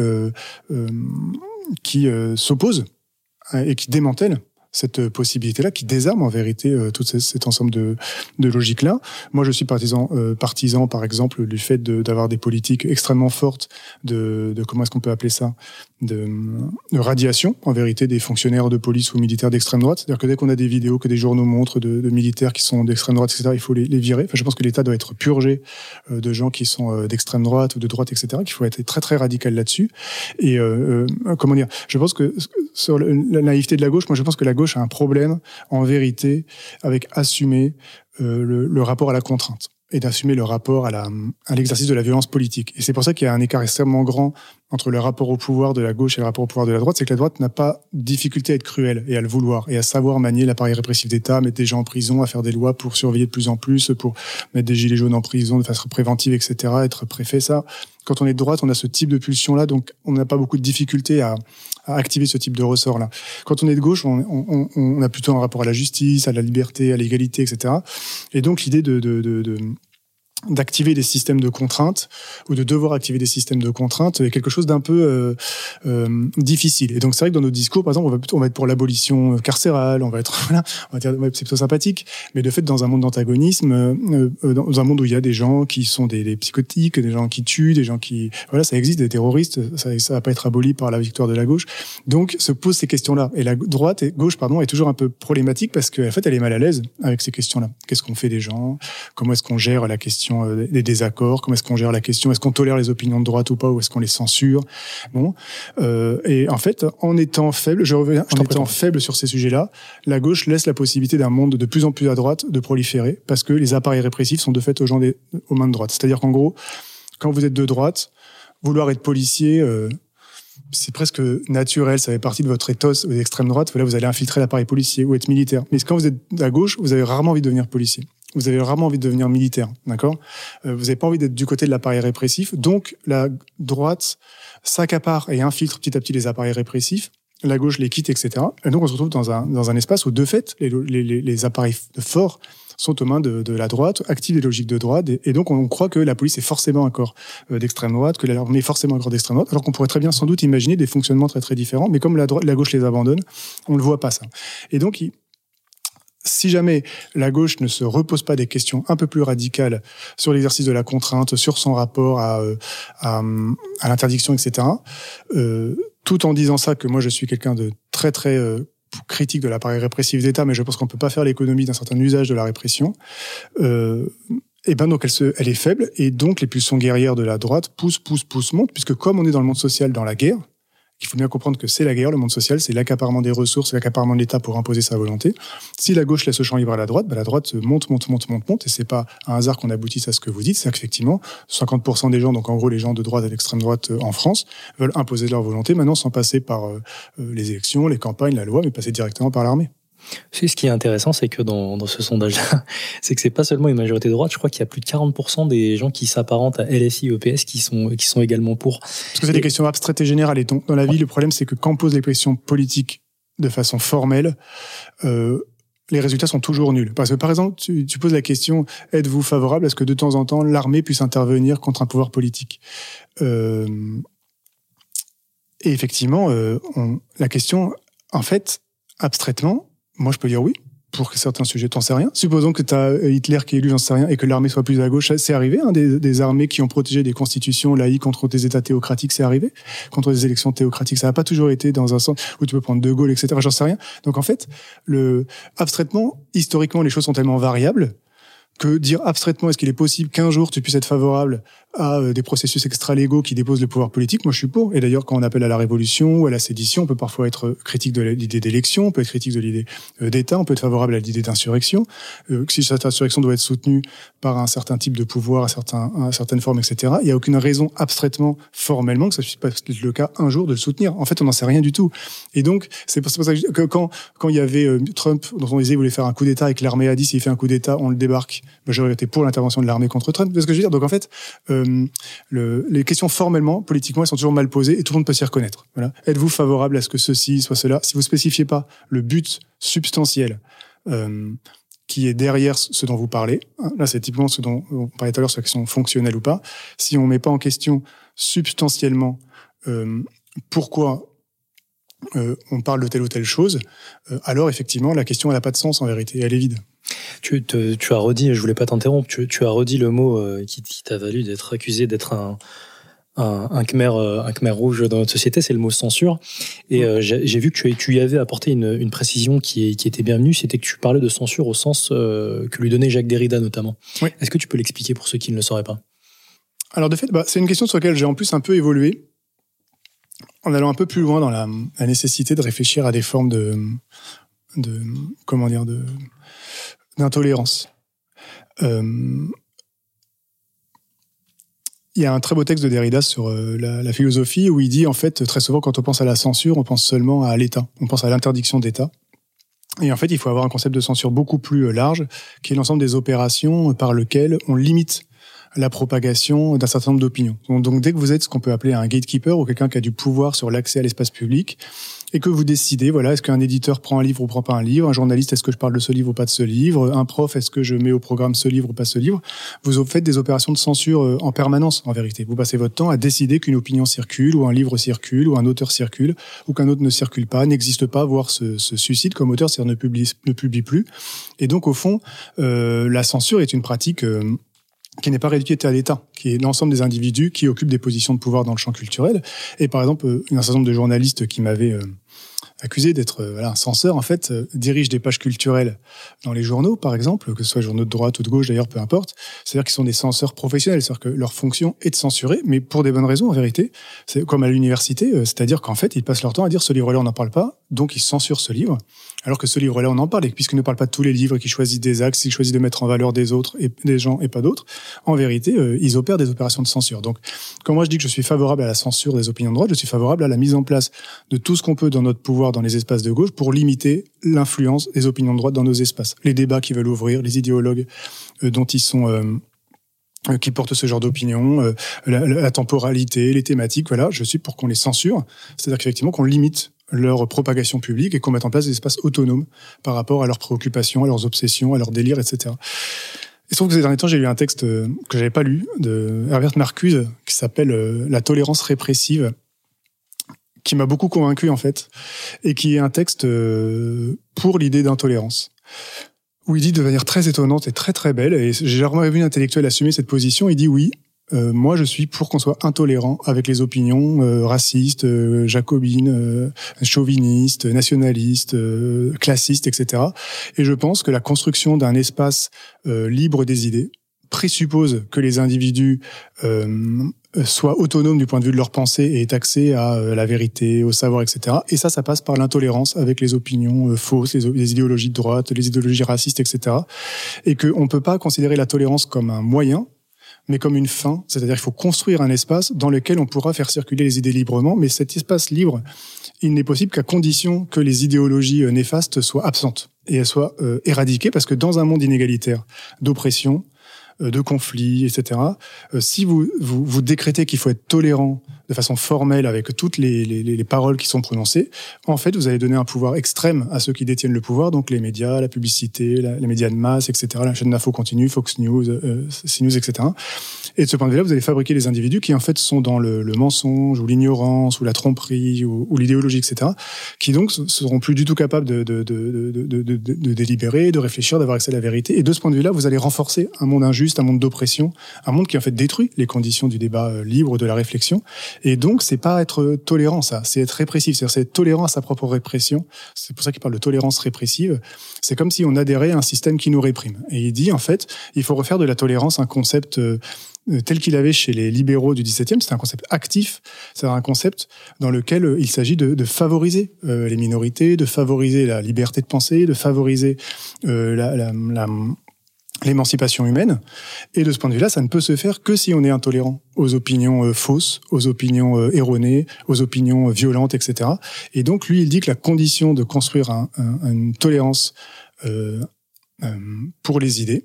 s'opposent et qui démantèlent cette possibilité-là, qui désarme en vérité tout cet ensemble de logiques-là. Moi, je suis partisan, par exemple, du fait d'avoir des politiques extrêmement fortes de comment est-ce qu'on peut appeler ça, de radiation, en vérité, des fonctionnaires de police ou militaires d'extrême droite. C'est-à-dire que dès qu'on a des vidéos que des journaux montrent de militaires qui sont d'extrême droite, etc., il faut les virer. Enfin, je pense que l'État doit être purgé de gens qui sont d'extrême droite ou de droite, etc., qu'il faut être très, très radical là-dessus. Et comment dire, je pense que sur la naïveté de la gauche, moi, je pense que la gauche a un problème, en vérité, avec assumer le rapport à la contrainte et d'assumer le rapport à l'exercice de la violence politique. Et c'est pour ça qu'il y a un écart extrêmement grand entre le rapport au pouvoir de la gauche et le rapport au pouvoir de la droite, c'est que la droite n'a pas de difficulté à être cruelle et à le vouloir et à savoir manier l'appareil répressif d'État, mettre des gens en prison, à faire des lois pour surveiller de plus en plus, pour mettre des gilets jaunes en prison de façon préventive, etc., être préfet, ça. Quand on est de droite, on a ce type de pulsion-là, donc on n'a pas beaucoup de difficulté à activer ce type de ressort-là. Quand on est de gauche, on a plutôt un rapport à la justice, à la liberté, à l'égalité, etc. Et donc l'idée d'activer des systèmes de contraintes ou de devoir activer des systèmes de contraintes est quelque chose d'un peu difficile. Et donc c'est vrai que dans nos discours, par exemple, on va être pour l'abolition carcérale, on va dire c'est plutôt sympathique, mais de fait dans un monde d'antagonisme, dans un monde où il y a des gens qui sont des psychotiques, des gens qui tuent, des gens qui ça existe, des terroristes, ça va pas être aboli par la victoire de la gauche. Donc se posent ces questions-là, et la gauche est toujours un peu problématique parce qu'en fait elle est mal à l'aise avec ces questions-là. Qu'est-ce qu'on fait des gens? Comment est-ce qu'on gère la question des désaccords, comment est-ce qu'on gère la question, est-ce qu'on tolère les opinions de droite ou pas, ou est-ce qu'on les censure? Bon, et en fait, en étant faible sur ces sujets-là, la gauche laisse la possibilité d'un monde de plus en plus à droite de proliférer, parce que les appareils répressifs sont de fait aux mains de droite. C'est-à-dire qu'en gros, quand vous êtes de droite, vouloir être policier, c'est presque naturel, ça fait partie de votre ethos d'extrême droite. Là, vous allez infiltrer l'appareil policier ou être militaire. Mais quand vous êtes à gauche, vous avez rarement envie de devenir policier. Vous avez rarement envie de devenir militaire, d'accord ? Vous n'avez pas envie d'être du côté de l'appareil répressif. Donc, la droite s'accapare et infiltre petit à petit les appareils répressifs. La gauche les quitte, etc. Et donc, on se retrouve dans un espace où, de fait, les appareils forts sont aux mains de la droite, activent les logiques de droite, et donc on croit que la police est forcément un corps d'extrême droite, que l'armée est forcément un corps d'extrême droite, alors qu'on pourrait très bien sans doute imaginer des fonctionnements très très différents, mais comme la gauche les abandonne, on ne voit pas ça. Et donc, si jamais la gauche ne se repose pas des questions un peu plus radicales sur l'exercice de la contrainte, sur son rapport à l'interdiction, etc., tout en disant ça que moi je suis quelqu'un de très très critique de l'appareil répressif d'État, mais je pense qu'on peut pas faire l'économie d'un certain usage de la répression. Et ben donc elle est faible, et donc les pulsions guerrières de la droite poussent, montent, puisque comme on est dans le monde social, dans la guerre, il faut bien comprendre que c'est la guerre, le monde social, c'est l'accaparement des ressources, l'accaparement de l'État pour imposer sa volonté. Si la gauche laisse le champ libre à la droite, la droite monte, et c'est pas un hasard qu'on aboutisse à ce que vous dites, c'est qu'effectivement, 50% des gens, donc en gros les gens de droite et d'extrême droite en France, veulent imposer leur volonté maintenant sans passer par les élections, les campagnes, la loi, mais passer directement par l'armée. Ce qui est intéressant, c'est que dans ce sondage-là, c'est que c'est pas seulement une majorité de droite. Je crois qu'il y a plus de 40% des gens qui s'apparentent à LFI, EPS, qui sont également pour. Parce que c'est des questions abstraites et générales. Et donc, dans la vie, le problème, c'est que quand on pose les questions politiques de façon formelle, les résultats sont toujours nuls. Parce que, par exemple, tu poses la question, êtes-vous favorable à ce que de temps en temps, l'armée puisse intervenir contre un pouvoir politique? Et effectivement, la question, en fait, abstraitement, moi, je peux dire oui, pour certains sujets, t'en sais rien. Supposons que t'as Hitler qui est élu, j'en sais rien, et que l'armée soit plus à gauche. C'est arrivé, des armées qui ont protégé des constitutions laïques contre des États théocratiques, c'est arrivé. Contre des élections théocratiques, ça n'a pas toujours été dans un sens où tu peux prendre De Gaulle, etc. J'en sais rien. Donc, en fait, abstraitement, historiquement, les choses sont tellement variables que dire abstraitement, est-ce qu'il est possible qu'un jour tu puisses être favorable à des processus extra-légaux qui déposent le pouvoir politique, moi je suis pour. Et d'ailleurs, quand on appelle à la révolution ou à la sédition, on peut parfois être critique de l'idée d'élection, on peut être critique de l'idée d'État, on peut être favorable à l'idée d'insurrection. Si cette insurrection doit être soutenue par un certain type de pouvoir, à certaines formes, etc., il n'y a aucune raison abstraitement, formellement, que ça puisse pas être le cas un jour de le soutenir. En fait, on n'en sait rien du tout. Et donc, c'est pour ça que quand il y avait Trump, dont on disait qu'il voulait faire un coup d'État et que l'armée a dit s'il fait un coup d'État, on le débarque, j'aurais été pour l'intervention de l'armée contre Trump. C'est ce que je veux dire. Donc en fait, les questions formellement, politiquement, elles sont toujours mal posées et tout le monde peut s'y reconnaître. Voilà. Êtes-vous favorable à ce que ceci soit cela? Si vous spécifiez pas le but substantiel qui est derrière ce dont vous parlez, là c'est typiquement ce dont on parlait tout à l'heure sur la question fonctionnelle ou pas. Si on met pas en question substantiellement pourquoi on parle de telle ou telle chose, alors effectivement la question elle a pas de sens en vérité, elle est vide. Tu as redit, je voulais pas t'interrompre, tu as redit le mot qui t'a valu d'être accusé d'être un Khmer rouge dans notre société, c'est le mot censure. Et j'ai vu que tu y avais apporté une précision qui était bienvenue, c'était que tu parlais de censure au sens que lui donnait Jacques Derrida notamment. Oui. Est-ce que tu peux l'expliquer pour ceux qui ne le sauraient pas? Alors de fait, c'est une question sur laquelle j'ai en plus un peu évolué, en allant un peu plus loin dans la nécessité de réfléchir à des formes d'intolérance. Il y a un très beau texte de Derrida sur la philosophie où il dit, en fait, très souvent, quand on pense à la censure, on pense seulement à l'État. On pense à l'interdiction d'État. Et en fait, il faut avoir un concept de censure beaucoup plus large, qui est l'ensemble des opérations par lesquelles on limite la propagation d'un certain nombre d'opinions. Donc, dès que vous êtes ce qu'on peut appeler un gatekeeper ou quelqu'un qui a du pouvoir sur l'accès à l'espace public, et que vous décidez, voilà, est-ce qu'un éditeur prend un livre ou prend pas un livre, un journaliste, est-ce que je parle de ce livre ou pas de ce livre, un prof, est-ce que je mets au programme ce livre ou pas ce livre, vous faites des opérations de censure en permanence, en vérité. Vous passez votre temps à décider qu'une opinion circule, ou un livre circule, ou un auteur circule, ou qu'un autre ne circule pas, n'existe pas, voire se suicide comme auteur, c'est-à-dire ne publie plus. Et donc, au fond, la censure est une pratique qui n'est pas réduite à l'État, qui est l'ensemble des individus qui occupent des positions de pouvoir dans le champ culturel. Et par exemple, un certain nombre de journalistes qui m'avaient accusé d'être un censeur, en fait, dirigent des pages culturelles dans les journaux, par exemple, que ce soit journaux de droite ou de gauche, d'ailleurs, peu importe. C'est-à-dire qu'ils sont des censeurs professionnels, c'est-à-dire que leur fonction est de censurer, mais pour des bonnes raisons, en vérité. C'est comme à l'université, c'est-à-dire qu'en fait, ils passent leur temps à dire ce livre-là, on n'en parle pas, donc ils censurent ce livre, alors que ce livre-là, on en parle, et puisqu'ils ne parlent pas de tous les livres, qu'ils choisissent des axes, ils choisissent de mettre en valeur des autres, et des gens et pas d'autres, en vérité, ils opèrent des opérations de censure. Donc, quand moi je dis que je suis favorable à la censure des opinions de droite, je suis favorable à la mise en place de tout ce qu'on peut dans notre pouvoir, dans les espaces de gauche, pour limiter l'influence des opinions de droite dans nos espaces. Les débats qu'ils veulent ouvrir, les idéologues dont ils sont... qui portent ce genre d'opinion, la temporalité, les thématiques, voilà, je suis pour qu'on les censure, c'est-à-dire qu'effectivement qu'on limite leur propagation publique et qu'on mette en place des espaces autonomes par rapport à leurs préoccupations, à leurs obsessions, à leurs délires, etc. Il se trouve que ces derniers temps, j'ai lu un texte que j'avais pas lu, de Herbert Marcuse, qui s'appelle « La tolérance répressive », qui m'a beaucoup convaincu, en fait, et qui est un texte pour l'idée d'intolérance, où il dit de manière très étonnante et très très belle, et j'ai rarement vu un intellectuel assumer cette position, il dit oui, moi je suis pour qu'on soit intolérant avec les opinions racistes, jacobines, chauvinistes, nationalistes, classistes, etc. Et je pense que la construction d'un espace libre des idées présuppose que les individus soient autonomes du point de vue de leur pensée et aient accès à la vérité, au savoir, etc. Et ça passe par l'intolérance avec les opinions fausses, les idéologies de droite, les idéologies racistes, etc. Et qu'on ne peut pas considérer la tolérance comme un moyen, mais comme une fin. C'est-à-dire qu'il faut construire un espace dans lequel on pourra faire circuler les idées librement, mais cet espace libre, il n'est possible qu'à condition que les idéologies néfastes soient absentes et elles soient éradiquées, parce que dans un monde inégalitaire, d'oppression, de conflits, etc. Si vous décrétez qu'il faut être tolérant de façon formelle avec toutes les paroles qui sont prononcées, en fait, vous allez donner un pouvoir extrême à ceux qui détiennent le pouvoir, donc les médias, la publicité, les médias de masse, etc., la chaîne d'info continue, Fox News, CNews, etc. Et de ce point de vue-là, vous allez fabriquer des individus qui, en fait, sont dans le mensonge, ou l'ignorance, ou la tromperie, ou l'idéologie, etc., qui donc seront plus du tout capables de délibérer, de réfléchir, d'avoir accès à la vérité. Et de ce point de vue-là, vous allez renforcer un monde injuste, un monde d'oppression, un monde qui, en fait, détruit les conditions du débat libre, de la réflexion. Et donc, c'est pas être tolérant, ça. C'est être répressif. C'est-à-dire, c'est être tolérant à sa propre répression. C'est pour ça qu'il parle de tolérance répressive. C'est comme si on adhérait à un système qui nous réprime. Et il dit, en fait, il faut refaire de la tolérance un concept tel qu'il avait chez les libéraux du XVIIe. C'est un concept actif. C'est un concept dans lequel il s'agit de favoriser les minorités, de favoriser la liberté de penser, de favoriser l'émancipation humaine. Et de ce point de vue-là, ça ne peut se faire que si on est intolérant aux opinions fausses, aux opinions erronées, aux opinions violentes, etc. Et donc, lui, il dit que la condition de construire une tolérance pour les idées,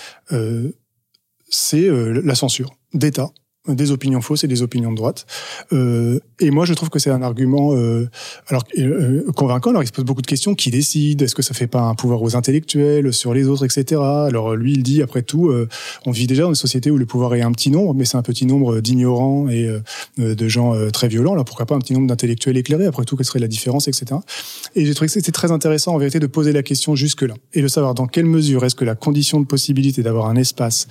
c'est la censure d'État, des opinions fausses et des opinions de droite. Et moi, je trouve que c'est un argument convaincant. Alors, il se pose beaucoup de questions. Qui décide? Est-ce que ça fait pas un pouvoir aux intellectuels sur les autres, etc. Alors, lui, il dit, après tout, on vit déjà dans une société où le pouvoir est un petit nombre, mais c'est un petit nombre d'ignorants et de gens très violents. Alors, pourquoi pas un petit nombre d'intellectuels éclairés? Après tout, quelle serait la différence, etc. Et j'ai trouvé que c'était très intéressant, en vérité, de poser la question jusque-là et de savoir dans quelle mesure est-ce que la condition de possibilité d'avoir un espace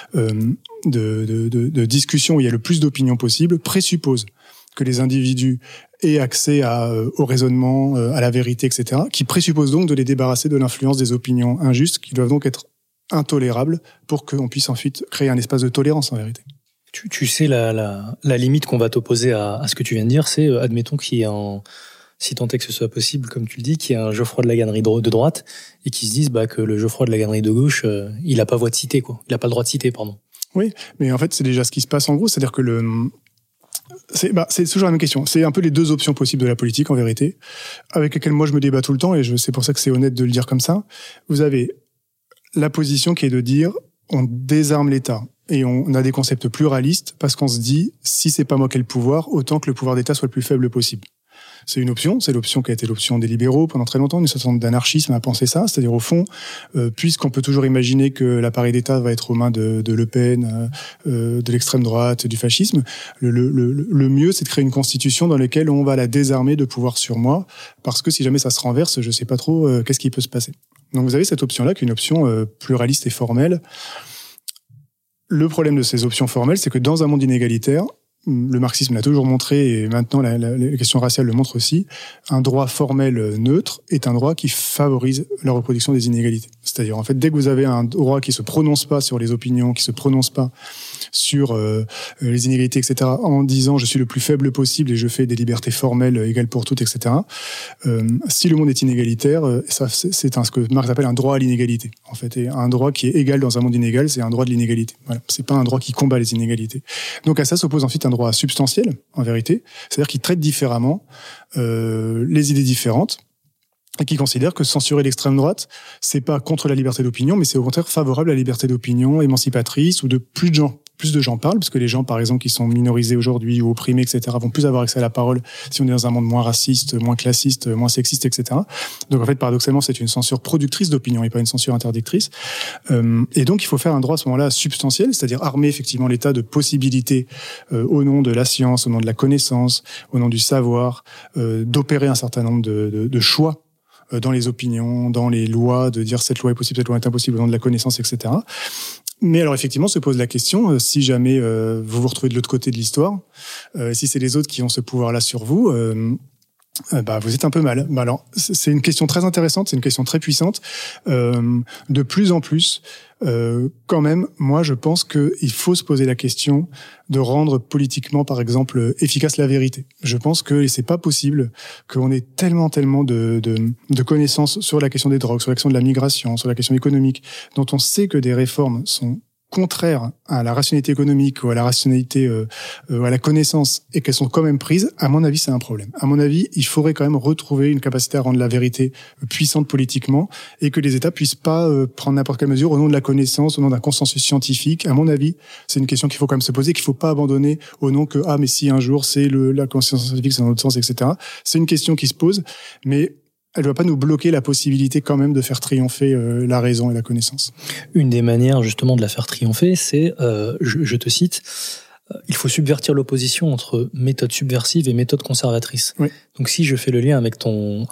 de discussion où il y a le plus d'opinions possible présuppose que les individus aient accès au raisonnement, à la vérité, etc., qui présuppose donc de les débarrasser de l'influence des opinions injustes, qui doivent donc être intolérables pour qu'on puisse ensuite créer un espace de tolérance, en vérité. Tu sais, la limite qu'on va t'opposer à ce que tu viens de dire, c'est, admettons qu'il y ait si tant est que ce soit possible, comme tu le dis, qu'il y ait un Geoffroy de Laganerie de droite, et qu'ils se disent que le Geoffroy de Laganerie de gauche, il n'a pas voix de citer, quoi. Il n'a pas le droit de citer, pardon. Oui, mais en fait, c'est déjà ce qui se passe en gros, c'est-à-dire que c'est toujours la même question. C'est un peu les deux options possibles de la politique, en vérité, avec lesquelles moi je me débat tout le temps, et c'est pour ça que c'est honnête de le dire comme ça. Vous avez la position qui est de dire, on désarme l'État, et on a des concepts pluralistes, parce qu'on se dit, si c'est pas moi qui ai le pouvoir, autant que le pouvoir d'État soit le plus faible possible. C'est une option, c'est l'option qui a été l'option des libéraux pendant très longtemps, une sorte d'anarchisme à penser ça, c'est-à-dire au fond, puisqu'on peut toujours imaginer que l'appareil d'État va être aux mains de Le Pen, de l'extrême droite, du fascisme, le mieux c'est de créer une constitution dans laquelle on va la désarmer de pouvoir sur moi, parce que si jamais ça se renverse, je sais pas trop qu'est-ce qui peut se passer. Donc vous avez cette option-là qui est une option pluraliste et formelle. Le problème de ces options formelles, c'est que dans un monde inégalitaire, le marxisme l'a toujours montré, et maintenant la question raciale le montre aussi, un droit formel neutre est un droit qui favorise la reproduction des inégalités. C'est-à-dire, en fait, dès que vous avez un droit qui se prononce pas sur les opinions, qui se prononce pas sur les inégalités, etc., en disant je suis le plus faible possible et je fais des libertés formelles égales pour toutes, etc., si le monde est inégalitaire, ça, c'est ce que Marx appelle un droit à l'inégalité. En fait, et un droit qui est égal dans un monde inégal, c'est un droit de l'inégalité. Voilà. C'est pas un droit qui combat les inégalités. Donc à ça s'oppose ensuite un droit substantiel, en vérité, c'est-à-dire qu'il traite différemment les idées différentes, et qui considère que censurer l'extrême droite, c'est pas contre la liberté d'opinion, mais c'est au contraire favorable à la liberté d'opinion, émancipatrice, où plus de gens parlent, parce que les gens, par exemple, qui sont minorisés aujourd'hui ou opprimés, etc., vont plus avoir accès à la parole si on est dans un monde moins raciste, moins classiste, moins sexiste, etc. Donc, en fait, paradoxalement, c'est une censure productrice d'opinion et pas une censure interdictrice. Et donc, il faut faire un droit à ce moment-là substantiel, c'est-à-dire armer effectivement l'État de possibilités au nom de la science, au nom de la connaissance, au nom du savoir, d'opérer un certain nombre de choix dans les opinions, dans les lois, de dire cette loi est possible, cette loi est impossible, au nom de la connaissance, etc. Mais alors effectivement, se pose la question, si jamais vous vous retrouvez de l'autre côté de l'histoire, si c'est les autres qui ont ce pouvoir-là sur vous, vous êtes un peu mal. Alors, c'est une question très intéressante, c'est une question très puissante. De plus en plus, quand même, moi, je pense qu'il faut se poser la question de rendre politiquement, par exemple, efficace la vérité. Je pense que c'est pas possible qu'on ait tellement de connaissances sur la question des drogues, sur la question de la migration, sur la question économique, dont on sait que des réformes sont contraires à la rationalité économique ou à la rationalité, à la connaissance, et qu'elles sont quand même prises. À mon avis, c'est un problème. À mon avis, il faudrait quand même retrouver une capacité à rendre la vérité puissante politiquement, et que les États puissent pas prendre n'importe quelle mesure au nom de la connaissance, au nom d'un consensus scientifique. À mon avis, c'est une question qu'il faut quand même se poser, qu'il faut pas abandonner au nom que mais si un jour c'est la conscience scientifique, c'est dans l'autre sens, etc. C'est une question qui se pose, mais elle ne doit pas nous bloquer la possibilité quand même de faire triompher la raison et la connaissance. Une des manières justement de la faire triompher, c'est, je te cite, il faut subvertir l'opposition entre méthode subversive et méthode conservatrice. Oui. Donc si je fais le lien avec ton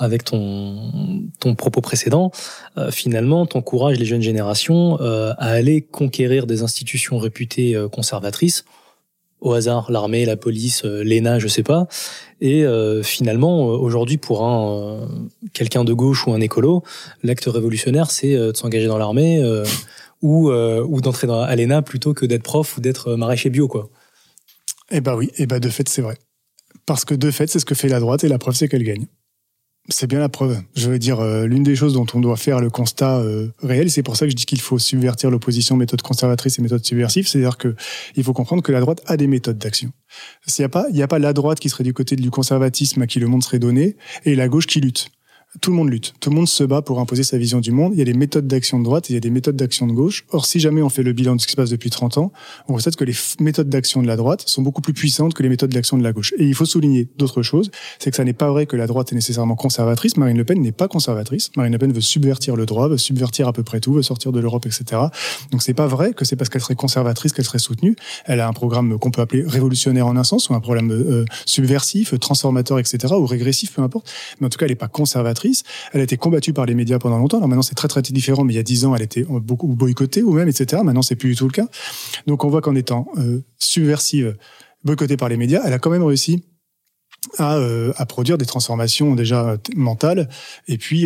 propos précédent, finalement, t'encourages les jeunes générations à aller conquérir des institutions réputées conservatrices, au hasard, l'armée, la police, l'ENA, je sais pas. Et finalement, aujourd'hui, pour quelqu'un de gauche ou un écolo, l'acte révolutionnaire, c'est de s'engager dans l'armée ou d'entrer à l'ENA plutôt que d'être prof ou d'être maraîcher bio, quoi. Eh ben oui, de fait, c'est vrai. Parce que de fait, c'est ce que fait la droite, et la preuve, c'est qu'elle gagne. C'est bien la preuve. Je veux dire, l'une des choses dont on doit faire le constat réel, c'est pour ça que je dis qu'il faut subvertir l'opposition méthode conservatrice et méthode subversive, c'est-à-dire que il faut comprendre que la droite a des méthodes d'action. Il n'y a pas la droite qui serait du côté du conservatisme à qui le monde serait donné, et la gauche qui lutte. Tout le monde lutte. Tout le monde se bat pour imposer sa vision du monde. Il y a des méthodes d'action de droite et il y a des méthodes d'action de gauche. Or, si jamais on fait le bilan de ce qui se passe depuis 30 ans, on constate que les méthodes d'action de la droite sont beaucoup plus puissantes que les méthodes d'action de la gauche. Et il faut souligner d'autres choses. C'est que ça n'est pas vrai que la droite est nécessairement conservatrice. Marine Le Pen n'est pas conservatrice. Marine Le Pen veut subvertir le droit, veut subvertir à peu près tout, veut sortir de l'Europe, etc. Donc c'est pas vrai que c'est parce qu'elle serait conservatrice qu'elle serait soutenue. Elle a un programme qu'on peut appeler révolutionnaire en un sens, ou un programme subversif, transformateur, etc., ou régressif, peu importe. Mais en tout cas, elle n'est pas conservatrice. Elle a été combattue par les médias pendant longtemps. Alors maintenant, c'est très, très différent, mais il y a 10 ans, elle était beaucoup boycottée, ou même, etc. Maintenant, c'est plus du tout le cas. Donc, on voit qu'en étant subversive, boycottée par les médias, elle a quand même réussi à produire des transformations déjà mentales, et puis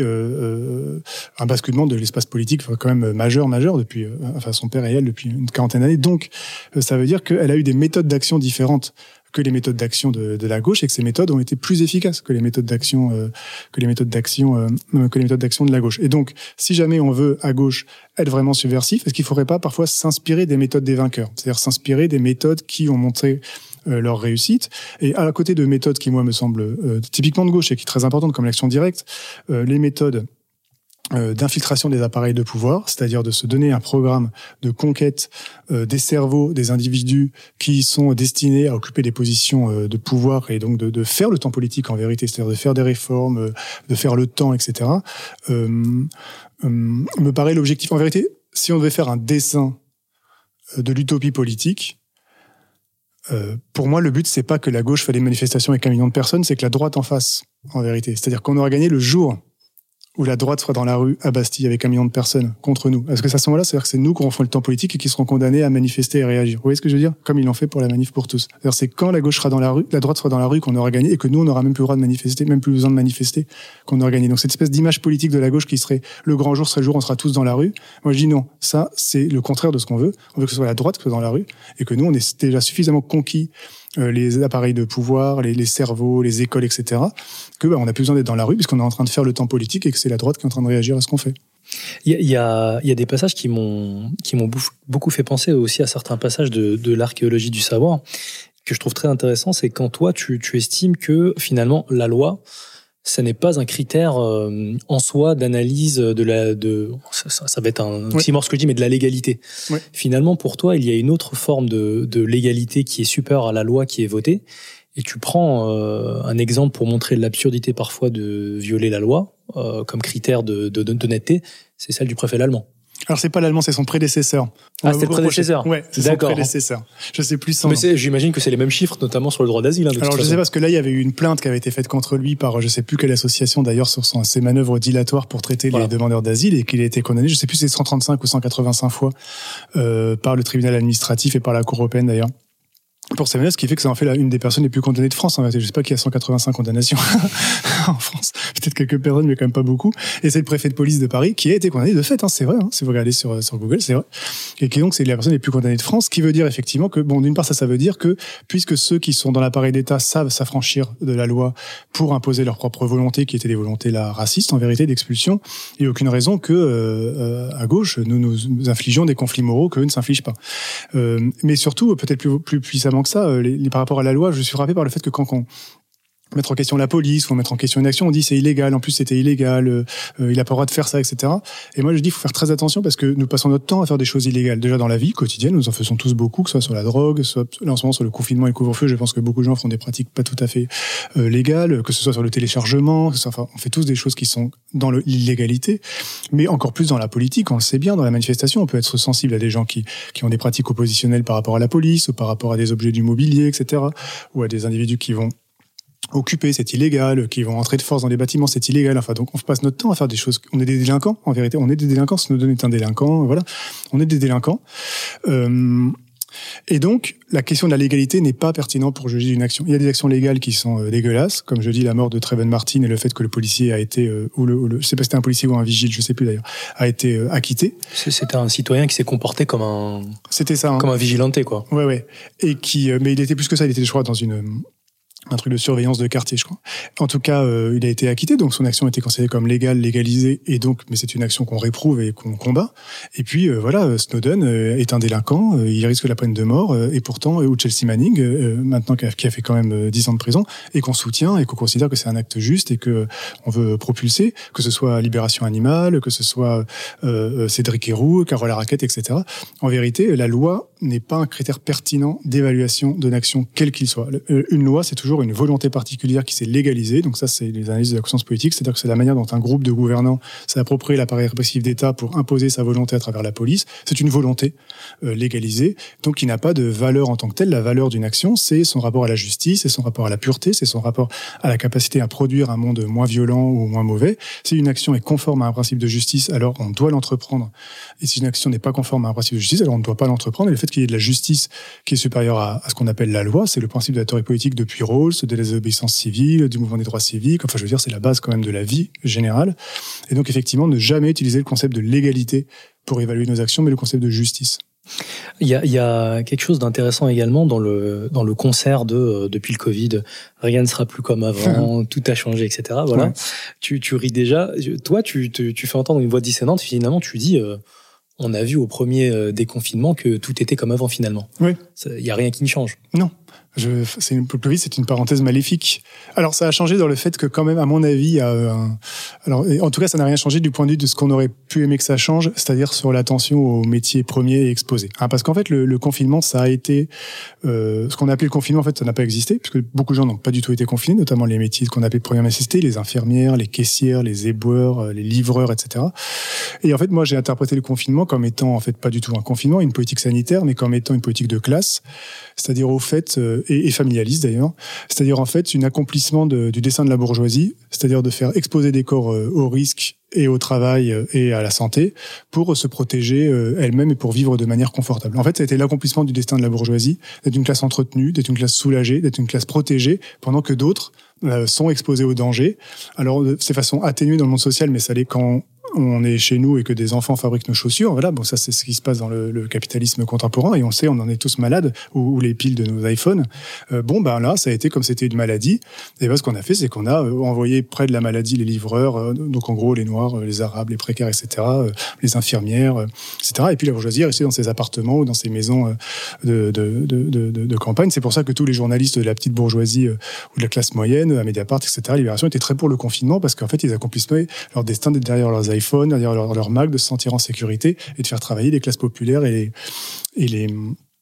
un basculement de l'espace politique quand même majeur depuis son père et elle depuis une quarantaine d'années. Donc, ça veut dire qu'elle a eu des méthodes d'action différentes que les méthodes d'action de la gauche, et que ces méthodes ont été plus efficaces que les méthodes d'action de la gauche. Et donc, si jamais on veut à gauche être vraiment subversif, est-ce qu'il ne faudrait pas parfois s'inspirer des méthodes des vainqueurs, c'est-à-dire s'inspirer des méthodes qui ont montré leur réussite, et à côté de méthodes qui moi me semblent typiquement de gauche et qui sont très importantes comme l'action directe, les méthodes d'infiltration des appareils de pouvoir, c'est-à-dire de se donner un programme de conquête des cerveaux des individus qui sont destinés à occuper des positions de pouvoir, et donc de faire le temps politique en vérité, c'est-à-dire de faire des réformes, de faire le temps, etc. Me paraît l'objectif. En vérité, si on devait faire un dessin de l'utopie politique, pour moi, le but, c'est pas que la gauche fait des manifestations avec 1 million de personnes, c'est que la droite en fasse, en vérité. C'est-à-dire qu'on aura gagné le jour où la droite sera dans la rue à Bastille avec 1 million de personnes contre nous. Parce que à ce moment-là, c'est-à-dire que c'est nous qui refont le temps politique et qui seront condamnés à manifester et réagir. Vous voyez ce que je veux dire? Comme ils l'ont fait pour la manif pour tous. C'est-à-dire c'est quand la gauche sera dans la rue, la droite sera dans la rue, qu'on aura gagné, et que nous, on n'aura même plus le droit de manifester, même plus besoin de manifester, qu'on aura gagné. Donc cette espèce d'image politique de la gauche qui serait le grand jour serait le jour où on sera tous dans la rue. Moi, je dis non. Ça, c'est le contraire de ce qu'on veut. On veut que ce soit la droite qui soit dans la rue, et que nous, on est déjà suffisamment conquis les appareils de pouvoir, les cerveaux, les écoles, etc., que on n'a plus besoin d'être dans la rue puisqu'on est en train de faire le temps politique et que c'est la droite qui est en train de réagir à ce qu'on fait. Il y a des passages qui m'ont beaucoup fait penser aussi à certains passages de l'archéologie du savoir que je trouve très intéressant. C'est quand toi, tu estimes que finalement la loi, ça n'est pas un critère en soi d'analyse ça va être un oxymore ce que je dis, mais de la légalité. Oui. Finalement, pour toi, il y a une autre forme de légalité qui est supérieure à la loi qui est votée. Et tu prends un exemple pour montrer l'absurdité parfois de violer la loi comme critère d'honnêteté, c'est celle du préfet allemand. Alors, c'est pas l'allemand, c'est son prédécesseur. Ah, c'est le prédécesseur. Ouais, c'est son prédécesseur. Je sais plus son nom. Mais j'imagine que c'est les mêmes chiffres, notamment sur le droit d'asile. Alors, je sais parce que là, il y avait eu une plainte qui avait été faite contre lui par, je sais plus quelle association d'ailleurs, sur ses manœuvres dilatoires pour traiter les demandeurs d'asile, et qu'il a été condamné, je sais plus si c'est 135 ou 185 fois, par le tribunal administratif et par la Cour européenne d'ailleurs. Pour ces menaces, ce qui fait que ça en fait une des personnes les plus condamnées de France. En fait. Je sais pas qu'il y a 185 condamnations en France. Peut-être quelques personnes, mais quand même pas beaucoup. Et c'est le préfet de police de Paris qui a été condamné de fait. C'est vrai. Si vous regardez sur Google, c'est vrai. Et qui donc c'est la personne les plus condamnées de France. Ce qui veut dire effectivement que, bon, d'une part, ça veut dire que puisque ceux qui sont dans l'appareil d'État savent s'affranchir de la loi pour imposer leur propre volonté, qui étaient des volontés là racistes, en vérité, d'expulsion, il n'y a aucune raison que à gauche nous infligions des conflits moraux qu'eux ne s'infligent pas. Mais surtout, peut-être plus puissamment que ça, par rapport à la loi, je suis frappé par le fait que quand on mettre en question la police, ou mettre en question une action, on dit c'est illégal, en plus c'était illégal, il a pas le droit de faire ça, etc. Et moi je dis il faut faire très attention parce que nous passons notre temps à faire des choses illégales. Déjà dans la vie quotidienne, nous en faisons tous beaucoup, que ce soit sur la drogue, soit là en ce moment sur le confinement et le couvre-feu, je pense que beaucoup de gens font des pratiques pas tout à fait légales, que ce soit sur le téléchargement, enfin on fait tous des choses qui sont dans l'illégalité, mais encore plus dans la politique, on le sait bien, dans la manifestation, on peut être sensible à des gens qui ont des pratiques oppositionnelles par rapport à la police, ou par rapport à des objets du mobilier, etc., ou à des individus qui vont occuper, c'est illégal, qui vont entrer de force dans les bâtiments, c'est illégal. Enfin, donc on passe notre temps à faire des choses. On est des délinquants, en vérité. On est des délinquants. Snowden est un délinquant. Voilà, on est des délinquants. Et donc, la question de la légalité n'est pas pertinente pour juger une action. Il y a des actions légales qui sont dégueulasses, comme je dis, la mort de Trayvon Martin et le fait que le policier a été, je sais pas si c'était un policier ou un vigile, je sais plus d'ailleurs, a été acquitté. C'était un citoyen qui s'est comporté comme un. C'était ça. Comme un vigilanté, quoi. Ouais. Et mais il était plus que ça. Il était, je crois, dans un truc de surveillance de quartier, je crois. En tout cas, il a été acquitté, donc son action a été considérée comme légale, légalisée, et donc, mais c'est une action qu'on réprouve et qu'on combat. Et puis, voilà, Snowden est un délinquant, il risque la peine de mort, et pourtant, ou Chelsea Manning, maintenant qui a fait quand même 10 ans de prison, et qu'on soutient, et qu'on considère que c'est un acte juste, et que on veut propulser, que ce soit Libération Animale, que ce soit Cédric Héroux, Carole Araquette, etc. En vérité, la loi n'est pas un critère pertinent d'évaluation d'une action, quel qu'il soit. Une loi, c'est toujours une volonté particulière qui s'est légalisée. Donc ça, c'est les analyses de la conscience politique. C'est-à-dire que c'est la manière dont un groupe de gouvernants s'est approprié l'appareil répressif d'État pour imposer sa volonté à travers la police. C'est une volonté légalisée, donc qui n'a pas de valeur en tant que telle. La valeur d'une action, c'est son rapport à la justice, c'est son rapport à la pureté, c'est son rapport à la capacité à produire un monde moins violent ou moins mauvais. Si une action est conforme à un principe de justice, alors on doit l'entreprendre. Et si une action n'est pas conforme à un principe de justice, alors on ne doit pas l'entreprendre. Et le fait qu'il y ait de la justice qui est supérieure à ce qu'on appelle la loi, c'est le principe de la théorie politique depuis Rawls, de la désobéissance civile, du mouvement des droits civiques. Enfin, je veux dire, c'est la base quand même de la vie générale. Et donc, effectivement, ne jamais utiliser le concept de légalité pour évaluer nos actions, mais le concept de justice. Il y a quelque chose d'intéressant également dans le concert depuis le Covid. Rien ne sera plus comme avant, tout a changé, etc. Voilà. Ouais. Tu ris déjà. Toi, tu fais entendre une voix dissonante. Finalement, tu dis, on a vu au premier déconfinement que tout était comme avant finalement. Oui. Il y a rien qui ne change. Non. Le Covid, c'est une parenthèse maléfique. Alors, ça a changé dans le fait que, quand même, à mon avis, alors, en tout cas, ça n'a rien changé du point de vue de ce qu'on aurait pu aimer que ça change, c'est-à-dire sur l'attention aux métiers premiers et exposés. Parce qu'en fait, le confinement, ça a été ce qu'on a appelé le confinement. En fait, ça n'a pas existé, puisque beaucoup de gens n'ont pas du tout été confinés, notamment les métiers qu'on appelait de première nécessité, les infirmières, les caissières, les éboueurs, les livreurs, etc. Et en fait, moi, j'ai interprété le confinement comme étant, en fait, pas du tout un confinement, une politique sanitaire, mais comme étant une politique de classe, c'est-à-dire au fait et familialiste d'ailleurs, c'est-à-dire en fait un accomplissement du dessein de la bourgeoisie, c'est-à-dire de faire exposer des corps au risque et au travail et à la santé pour se protéger elle-même et pour vivre de manière confortable. En fait, ça a été l'accomplissement du destin de la bourgeoisie, d'être une classe entretenue, d'être une classe soulagée, d'être une classe protégée, pendant que d'autres sont exposés au danger. Alors, c'est façon atténuée dans le monde social, mais ça l'est quand on est chez nous et que des enfants fabriquent nos chaussures. Voilà, bon, ça, c'est ce qui se passe dans le capitalisme contemporain, et on sait, on en est tous malades, ou les piles de nos iPhones. Là, ça a été comme c'était une maladie. Et ce qu'on a fait, c'est qu'on a envoyé près de la maladie les livreurs, donc en gros les noirs, les arabes, les précaires, etc., les infirmières, etc. Et puis la bourgeoisie est restée dans ses appartements ou dans ses maisons de campagne. C'est pour ça que tous les journalistes de la petite bourgeoisie ou de la classe moyenne, à Mediapart, etc., Libération, étaient très pour le confinement, parce qu'en fait, ils accomplissaient leur destin d'être derrière leurs iPhones, derrière leur Mac, de se sentir en sécurité et de faire travailler les classes populaires et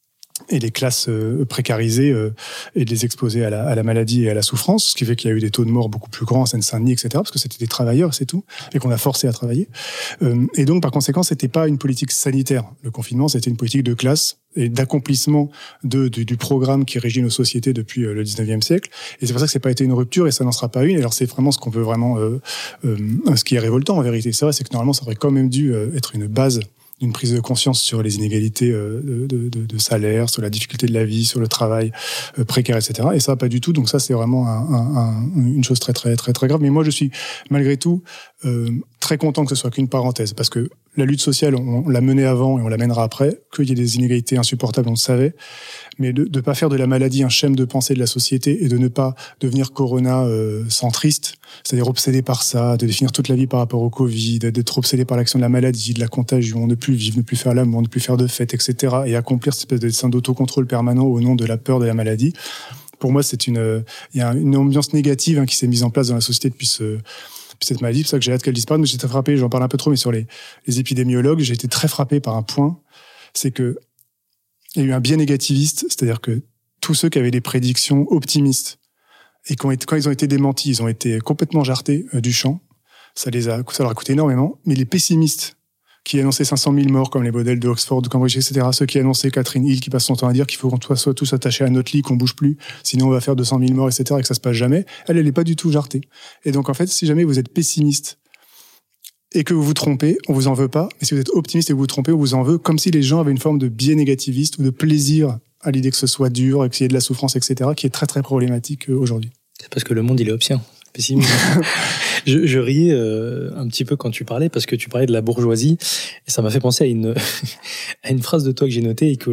et les classes précarisées et de les exposer à la maladie et à la souffrance, ce qui fait qu'il y a eu des taux de mort beaucoup plus grands en Seine-Saint-Denis, etc., parce que c'était des travailleurs, c'est tout, et qu'on a forcé à travailler. Et donc, par conséquent, c'était pas une politique sanitaire. Le confinement, c'était une politique de classe et d'accomplissement du programme qui régit nos sociétés depuis le 19e siècle. Et c'est pour ça que c'est pas été une rupture et ça n'en sera pas une. Alors, c'est vraiment ce qu'on veut vraiment, ce qui est révoltant, en vérité. C'est vrai, c'est que normalement, ça aurait quand même dû être une base d'une prise de conscience sur les inégalités de salaire, sur la difficulté de la vie, sur le travail précaire, etc. Et ça, pas du tout. Donc ça, c'est vraiment une chose très, très, très, très grave. Mais moi, je suis, malgré tout, très content que ce soit qu'une parenthèse. Parce que la lutte sociale, on l'a menée avant et on la mènera après. Qu'il y ait des inégalités insupportables, on le savait. Mais de pas faire de la maladie un schème de pensée de la société et de ne pas devenir corona-centriste, c'est-à-dire obsédé par ça, de définir toute la vie par rapport au Covid, d'être obsédé par l'action de la maladie, de la contagion, ne plus vivre, ne plus faire l'amour, ne plus faire de fêtes, etc. et accomplir cette espèce de dessin d'autocontrôle permanent au nom de la peur de la maladie. Pour moi, il y a une ambiance négative qui s'est mise en place dans la société depuis cette maladie. C'est pour ça que j'ai hâte qu'elle disparaisse. Mais j'étais frappé, j'en parle un peu trop, mais sur les épidémiologues, j'ai été très frappé par un point, c'est que il y a eu un biais négativiste, c'est-à-dire que tous ceux qui avaient des prédictions optimistes et quand ils ont été démentis, ils ont été complètement jartés du champ. Ça leur a coûté énormément. Mais les pessimistes qui annonçaient 500 000 morts, comme les modèles de Oxford, de Cambridge, etc., ceux qui annonçaient Catherine Hill, qui passe son temps à dire qu'il faut qu'on soit tous attachés à notre lit, qu'on bouge plus, sinon on va faire 200 000 morts, etc., et que ça se passe jamais, elle est pas du tout jartée. Et donc, en fait, si jamais vous êtes pessimiste et que vous vous trompez, on vous en veut pas. Mais si vous êtes optimiste et que vous vous trompez, on vous en veut, comme si les gens avaient une forme de biais négativiste ou de plaisir à l'idée que ce soit dur, qu'il y ait de la souffrance, etc., qui est très, très problématique aujourd'hui. C'est parce que le monde, il est obscien. Pessimiste. je riais un petit peu quand tu parlais, parce que tu parlais de la bourgeoisie, et ça m'a fait penser à une phrase de toi que j'ai notée et que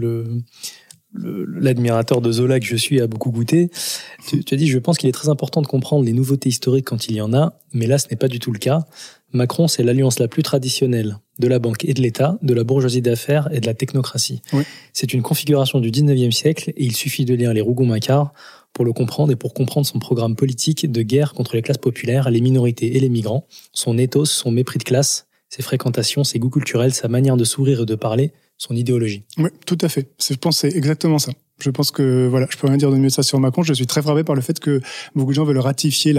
l'admirateur de Zola que je suis a beaucoup goûté. Tu as dit, je pense qu'il est très important de comprendre les nouveautés historiques quand il y en a, mais là, ce n'est pas du tout le cas. Macron, c'est l'alliance la plus traditionnelle de la banque et de l'État, de la bourgeoisie d'affaires et de la technocratie. Oui. C'est une configuration du 19e siècle et il suffit de lire les Rougon-Macquart pour le comprendre et pour comprendre son programme politique de guerre contre les classes populaires, les minorités et les migrants, son ethos, son mépris de classe, ses fréquentations, ses goûts culturels, sa manière de sourire et de parler, son idéologie. Oui, tout à fait. Je pense que c'est exactement ça. Je pense que, voilà, je peux rien dire de mieux de ça sur Macron. Je suis très frappé par le fait que beaucoup de gens veulent ratifier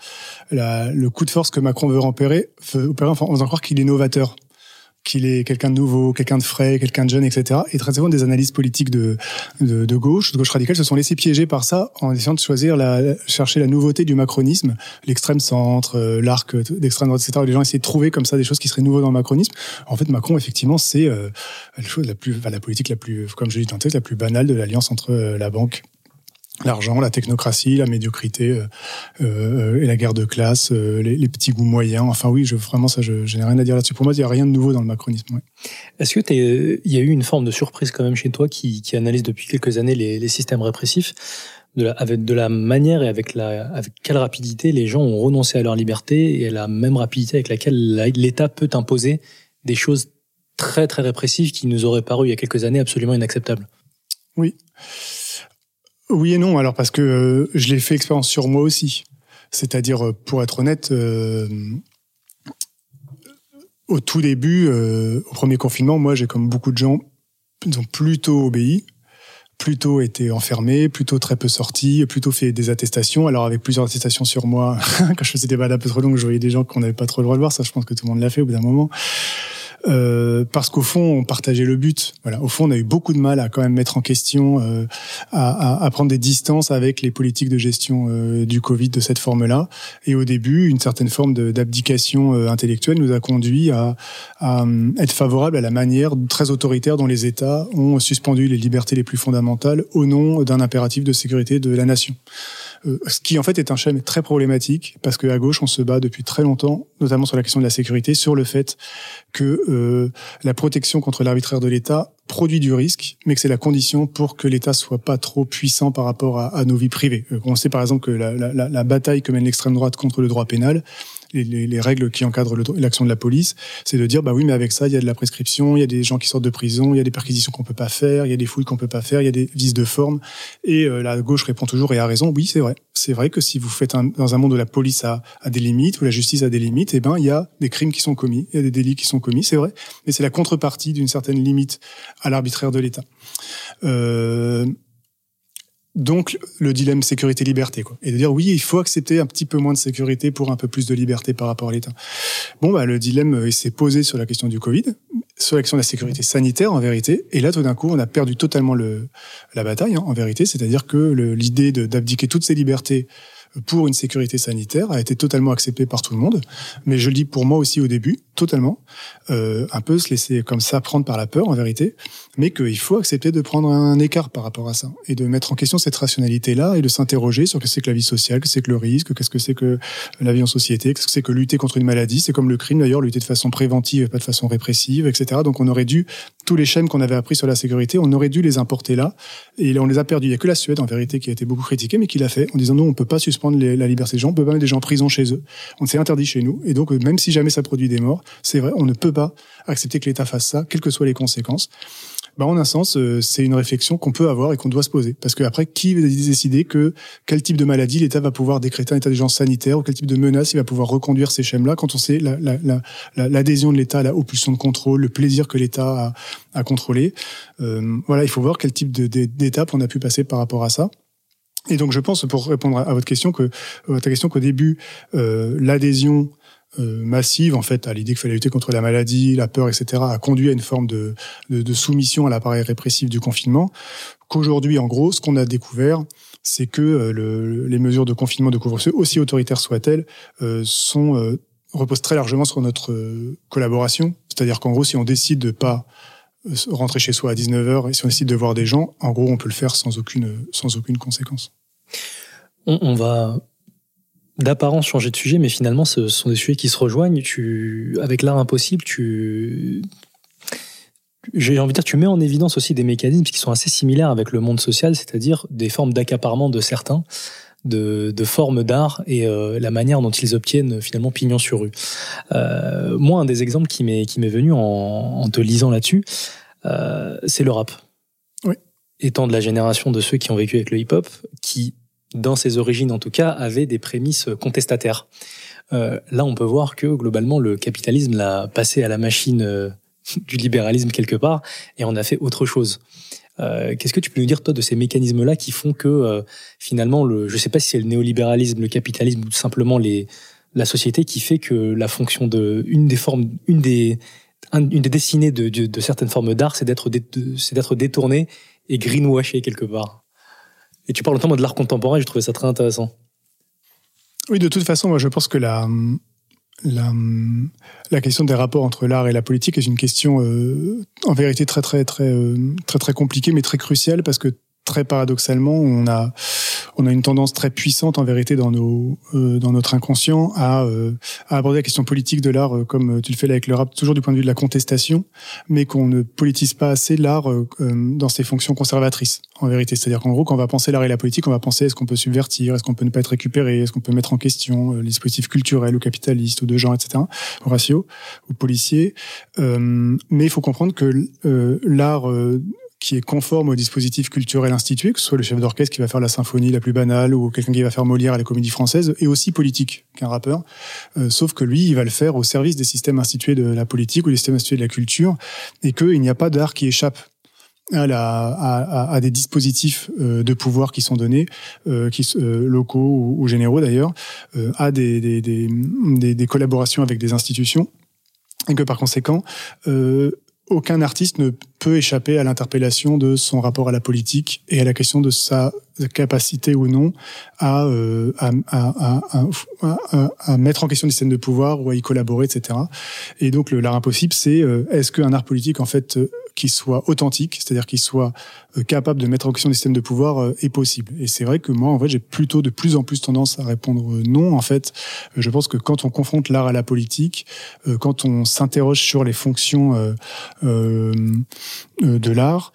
le coup de force que Macron veut opérer, enfin, en faisant croire qu'il est novateur, qu'il est quelqu'un de nouveau, quelqu'un de frais, quelqu'un de jeune, etc. Et très souvent, des analystes politiques de gauche radicale, se sont laissés piéger par ça en essayant de chercher la nouveauté du macronisme, l'extrême centre, l'arc d'extrême droite, etc. Les gens essayaient de trouver comme ça des choses qui seraient nouveaux dans le macronisme. En fait, Macron, effectivement, c'est la politique la plus, comme je l'ai dit dans la plus banale de l'alliance entre la banque, l'argent, la technocratie, la médiocrité et la guerre de classe, les petits goûts moyens. Enfin oui, je n'ai rien à dire là-dessus. Pour moi, il n'y a rien de nouveau dans le macronisme. Ouais. Est-ce que il y a eu une forme de surprise quand même chez toi qui analyse depuis quelques années les systèmes répressifs, avec de la manière et avec quelle rapidité les gens ont renoncé à leur liberté et la même rapidité avec laquelle l'État peut imposer des choses très très répressives qui nous auraient paru il y a quelques années absolument inacceptables? Oui. Oui et non, alors parce que je l'ai fait expérience sur moi aussi. C'est-à-dire, pour être honnête, au tout début, au premier confinement, moi j'ai comme beaucoup de gens, ils ont plutôt obéi, plutôt été enfermés, plutôt très peu sortis, plutôt fait des attestations. Alors avec plusieurs attestations sur moi, quand je faisais des balades un peu trop longues, je voyais des gens qu'on n'avait pas trop le droit de voir, ça je pense que tout le monde l'a fait au bout d'un moment. Parce qu'au fond, on partageait le but. Voilà, au fond, on a eu beaucoup de mal à quand même mettre en question, à prendre des distances avec les politiques de gestion du Covid de cette forme-là. Et au début, une certaine forme d'abdication intellectuelle nous a conduit à être favorable à la manière très autoritaire dont les États ont suspendu les libertés les plus fondamentales au nom d'un impératif de sécurité de la nation. Ce qui en fait est un schéma très problématique parce qu'à gauche on se bat depuis très longtemps, notamment sur la question de la sécurité, sur le fait que la protection contre l'arbitraire de l'État produit du risque, mais que c'est la condition pour que l'État soit pas trop puissant par rapport à nos vies privées. On sait par exemple que la bataille que mène l'extrême droite contre le droit pénal, les règles qui encadrent l'action de la police, c'est de dire bah oui mais avec ça il y a de la prescription, il y a des gens qui sortent de prison, il y a des perquisitions qu'on peut pas faire, il y a des fouilles qu'on peut pas faire, il y a des vices de forme et la gauche répond toujours et a raison, oui c'est vrai que si vous faites dans un monde où la police a des limites, où la justice a des limites, eh ben il y a des crimes qui sont commis, il y a des délits qui sont commis, c'est vrai, mais c'est la contrepartie d'une certaine limite à l'arbitraire de l'État. Donc, le dilemme sécurité-liberté, quoi. Et de dire, oui, il faut accepter un petit peu moins de sécurité pour un peu plus de liberté par rapport à l'État. Bon, le dilemme, il s'est posé sur la question du Covid, sur la question de la sécurité sanitaire, en vérité. Et là, tout d'un coup, on a perdu totalement la bataille, en vérité. C'est-à-dire que l'idée d'abdiquer toutes ces libertés pour une sécurité sanitaire a été totalement acceptée par tout le monde. Mais je le dis pour moi aussi au début, totalement. Un peu se laisser comme ça prendre par la peur, en vérité. Mais qu'il faut accepter de prendre un écart par rapport à ça. Et de mettre en question cette rationalité-là et de s'interroger sur qu'est-ce que c'est que la vie sociale, qu'est-ce que c'est que le risque, qu'est-ce que c'est que la vie en société, qu'est-ce que c'est que lutter contre une maladie. C'est comme le crime d'ailleurs, lutter de façon préventive et pas de façon répressive, etc. Donc on aurait dû, tous les schèmes qu'on avait appris sur la sécurité, on aurait dû les importer là. Et on les a perdus. Il y a que la Suède, en vérité, qui a été beaucoup critiquée, mais qui l'a fait en disant non, on peut pas suspendre la liberté des gens, on peut pas mettre des gens en prison chez eux. On s'est interdit chez nous. Et donc, même si jamais ça produit des morts, c'est vrai, on ne peut pas accepter que l'État fasse ça, quelles que soient les conséquences. En un sens, c'est une réflexion qu'on peut avoir et qu'on doit se poser. Parce que après, qui va décider quel type de maladie l'État va pouvoir décréter un état d'urgence sanitaire ou quel type de menace il va pouvoir reconduire ces schèmes-là quand on sait l'adhésion de l'État aux pulsions de contrôle, le plaisir que l'État a à contrôler. Il faut voir quel type d'étape on a pu passer par rapport à ça. Et donc, je pense, pour répondre à votre question, qu'au début, l'adhésion massive, en fait, à l'idée qu'il fallait lutter contre la maladie, la peur, etc., a conduit à une forme de soumission à l'appareil répressif du confinement. Qu'aujourd'hui, en gros, ce qu'on a découvert, c'est que les mesures de confinement, de couvre-feu, aussi autoritaires soient-elles, reposent très largement sur notre collaboration. C'est-à-dire qu'en gros, si on décide de pas rentrer chez soi à 19h et si on décide de voir des gens, en gros, on peut le faire sans aucune conséquence. On va d'apparence changer de sujet, mais finalement, ce sont des sujets qui se rejoignent. Avec l'art impossible, j'ai envie de dire, tu mets en évidence aussi des mécanismes qui sont assez similaires avec le monde social, c'est-à-dire des formes d'accaparement de certains, de formes d'art et la manière dont ils obtiennent finalement pignon sur rue. Moi, un des exemples qui m'est venu en te lisant là-dessus, c'est le rap. Oui. Étant de la génération de ceux qui ont vécu avec le hip-hop, qui, dans ses origines en tout cas, avait des prémices contestataires. Là, on peut voir que globalement, le capitalisme l'a passé à la machine du libéralisme quelque part, et on a fait autre chose. Qu'est-ce que tu peux nous dire, toi, de ces mécanismes-là qui font que, finalement, je ne sais pas si c'est le néolibéralisme, le capitalisme, ou tout simplement la société qui fait que la fonction une des destinées de certaines formes d'art, c'est d'être détourné et greenwashé quelque part. Et tu parles notamment de l'art contemporain, et je trouvais ça très intéressant. Oui, de toute façon, moi, je pense que la question des rapports entre l'art et la politique est une question, en vérité, très, très, très, très, très compliquée, mais très cruciale, parce que très paradoxalement, on a une tendance très puissante, en vérité, dans notre inconscient, à aborder la question politique de l'art comme tu le fais là avec le rap, toujours du point de vue de la contestation, mais qu'on ne politise pas assez l'art dans ses fonctions conservatrices, en vérité. C'est-à-dire qu'en gros, quand on va penser l'art et la politique, on va penser est-ce qu'on peut subvertir, est-ce qu'on peut ne pas être récupéré, est-ce qu'on peut mettre en question les dispositifs culturels ou capitalistes ou de genre, etc., ou raciaux, ou policiers. Mais il faut comprendre que l'art qui est conforme au dispositif culturel institué, que ce soit le chef d'orchestre qui va faire la symphonie la plus banale ou quelqu'un qui va faire Molière à la Comédie Française, est aussi politique qu'un rappeur, sauf que lui, il va le faire au service des systèmes institués de la politique ou des systèmes institués de la culture, et qu'il n'y a pas d'art qui échappe à des dispositifs de pouvoir qui sont donnés, locaux ou généraux d'ailleurs, à des collaborations avec des institutions, et que par conséquent, aucun artiste ne peut échapper à l'interpellation de son rapport à la politique et à la question de sa capacité ou non à mettre en question des scènes de pouvoir ou à y collaborer, etc. Et donc l'art impossible, c'est est-ce qu'un art politique en fait qui soit authentique, c'est-à-dire qui soit capable de mettre en question des systèmes de pouvoir est possible. Et c'est vrai que moi, en fait, j'ai plutôt de plus en plus tendance à répondre non. En fait, je pense que quand on confronte l'art à la politique, quand on s'interroge sur les fonctions de l'art,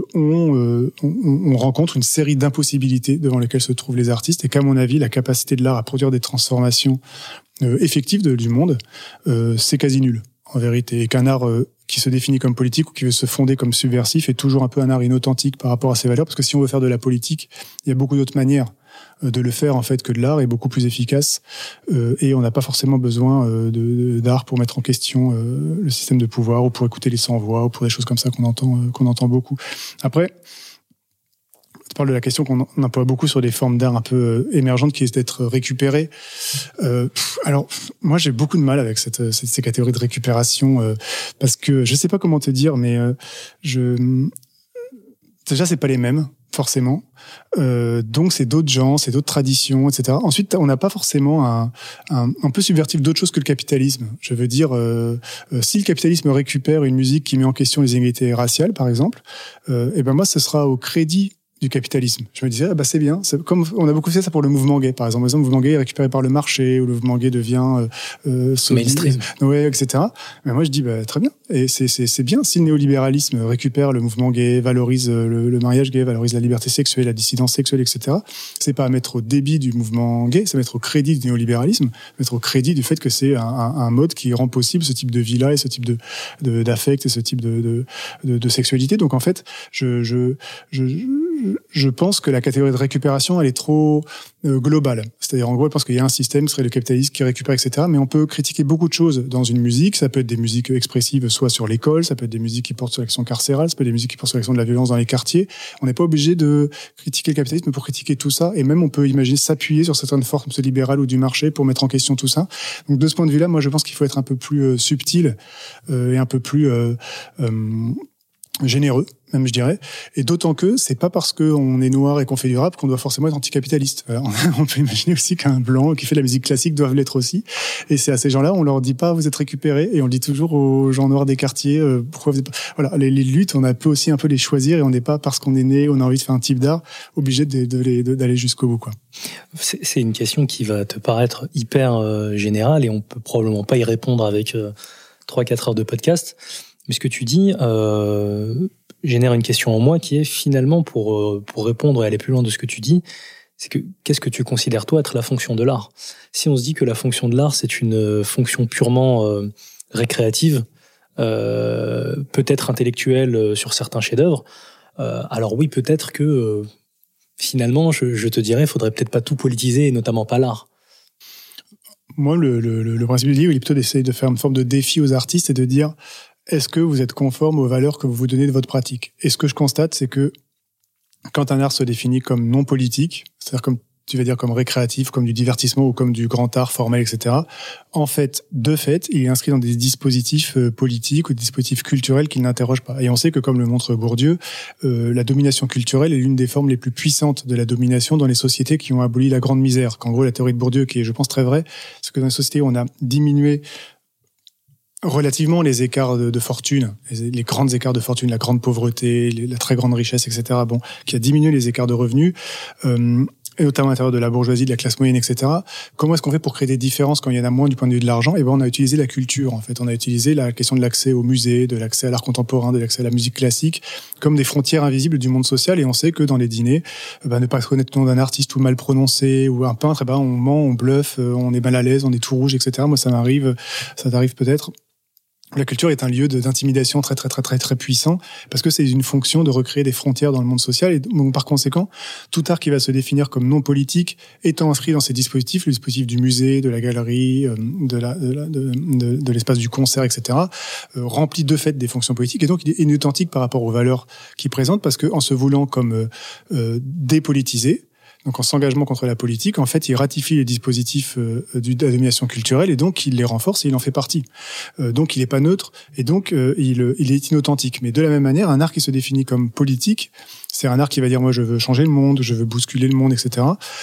on rencontre une série d'impossibilités devant lesquelles se trouvent les artistes, et qu'à mon avis, la capacité de l'art à produire des transformations effectives du monde, c'est quasi nul, en vérité, et qu'un art qui se définit comme politique ou qui veut se fonder comme subversif est toujours un peu un art inauthentique par rapport à ses valeurs, parce que si on veut faire de la politique, il y a beaucoup d'autres manières de le faire en fait que de l'art est beaucoup plus efficace et on n'a pas forcément besoin d'art pour mettre en question le système de pouvoir ou pour écouter les sans-voix ou pour des choses comme ça qu'on entend beaucoup. Après, tu parles de la question qu'on emploie beaucoup sur des formes d'art un peu émergentes qui est d'être récupérées. Alors, moi, j'ai beaucoup de mal avec ces catégories de récupération parce que je sais pas comment te dire, mais déjà, c'est pas les mêmes, forcément. Donc, c'est d'autres gens, c'est d'autres traditions, etc. Ensuite, on n'a pas forcément un peu subvertif d'autres choses que le capitalisme. Je veux dire, si le capitalisme récupère une musique qui met en question les inégalités raciales, par exemple, et ben moi, ce sera au crédit du capitalisme. Je me disais, c'est bien. C'est comme on a beaucoup fait ça pour le mouvement gay, par exemple. Le mouvement gay est récupéré par le marché, ou le mouvement gay devient mainstream. Ouais, etc. Mais moi, je dis, très bien. Et c'est bien si le néolibéralisme récupère le mouvement gay, valorise le mariage gay, valorise la liberté sexuelle, la dissidence sexuelle, etc. C'est pas à mettre au débit du mouvement gay, c'est mettre au crédit du néolibéralisme, mettre au crédit du fait que c'est un mode qui rend possible ce type de vie-là et ce type d'affect et ce type de sexualité. Donc, en fait, je pense que la catégorie de récupération, elle est trop globale. C'est-à-dire, en gros, je pense qu'il y a un système qui serait le capitalisme qui récupère, etc. Mais on peut critiquer beaucoup de choses dans une musique. Ça peut être des musiques expressives, soit sur l'école, ça peut être des musiques qui portent sur l'action carcérale, ça peut être des musiques qui portent sur l'action de la violence dans les quartiers. On n'est pas obligé de critiquer le capitalisme pour critiquer tout ça. Et même, on peut imaginer s'appuyer sur certaines formes libérales ou du marché pour mettre en question tout ça. Donc, de ce point de vue-là, moi, je pense qu'il faut être un peu plus subtil et un peu plus généreux, même je dirais, et d'autant que c'est pas parce qu'on est noir et qu'on fait du rap qu'on doit forcément être anticapitaliste. On peut imaginer aussi qu'un blanc qui fait de la musique classique doit l'être aussi, et c'est à ces gens-là, on leur dit pas vous êtes récupérés, et on le dit toujours aux gens noirs des quartiers, pourquoi vous êtes pas... Voilà, les luttes, on a peut aussi un peu les choisir, et on n'est pas parce qu'on est né, on a envie de faire un type d'art, obligé d'aller jusqu'au bout, quoi. C'est une question qui va te paraître hyper générale, et on peut probablement pas y répondre avec 3-4 heures de podcast. Mais ce que tu dis génère une question en moi qui est finalement, pour répondre et aller plus loin de ce que tu dis, c'est que qu'est-ce que tu considères toi être la fonction de l'art ? Si on se dit que la fonction de l'art, c'est une fonction purement récréative, peut-être intellectuelle sur certains chefs-d'œuvre, alors oui, peut-être que finalement, je te dirais, il faudrait peut-être pas tout politiser, et notamment pas l'art. Moi, le principe du livre, il est plutôt d'essayer de faire une forme de défi aux artistes et de dire est-ce que vous êtes conforme aux valeurs que vous vous donnez de votre pratique ? Et ce que je constate, c'est que quand un art se définit comme non politique, c'est-à-dire comme tu vas dire comme récréatif, comme du divertissement ou comme du grand art formel, etc., en fait, de fait, il est inscrit dans des dispositifs politiques ou des dispositifs culturels qui n'interrogent pas. Et on sait que, comme le montre Bourdieu, la domination culturelle est l'une des formes les plus puissantes de la domination dans les sociétés qui ont aboli la grande misère. Qu'en gros, la théorie de Bourdieu, qui est, je pense, très vraie, c'est que dans les sociétés où on a diminué relativement les écarts de fortune, les grands écarts de fortune, la grande pauvreté, la très grande richesse, etc., qui a diminué les écarts de revenus, et notamment à l'intérieur de la bourgeoisie, de la classe moyenne, etc. Comment est-ce qu'on fait pour créer des différences quand il y en a moins du point de vue de l'argent ? Et on a utilisé la culture, en fait. On a utilisé la question de l'accès au musée, de l'accès à l'art contemporain, de l'accès à la musique classique, comme des frontières invisibles du monde social. Et on sait que dans les dîners, ne pas connaître le nom d'un artiste ou mal prononcé, ou un peintre, on ment, on bluffe, on est mal à l'aise, on est tout rouge, etc. Moi, ça t'arrive peut-être. La culture est un lieu d'intimidation très, très, très, très, très puissant parce que c'est une fonction de recréer des frontières dans le monde social et donc, par conséquent, tout art qui va se définir comme non politique étant inscrit dans ces dispositifs, le dispositif du musée, de la galerie, de l'espace du concert, etc., remplit de fait des fonctions politiques et donc il est inauthentique par rapport aux valeurs qu'il présente parce que en se voulant comme dépolitisé, donc en s'engageant contre la politique, en fait, il ratifie les dispositifs de la domination culturelle et donc il les renforce et il en fait partie. Donc il n'est pas neutre et donc il est inauthentique. Mais de la même manière, un art qui se définit comme politique, c'est un art qui va dire moi je veux changer le monde, je veux bousculer le monde, etc.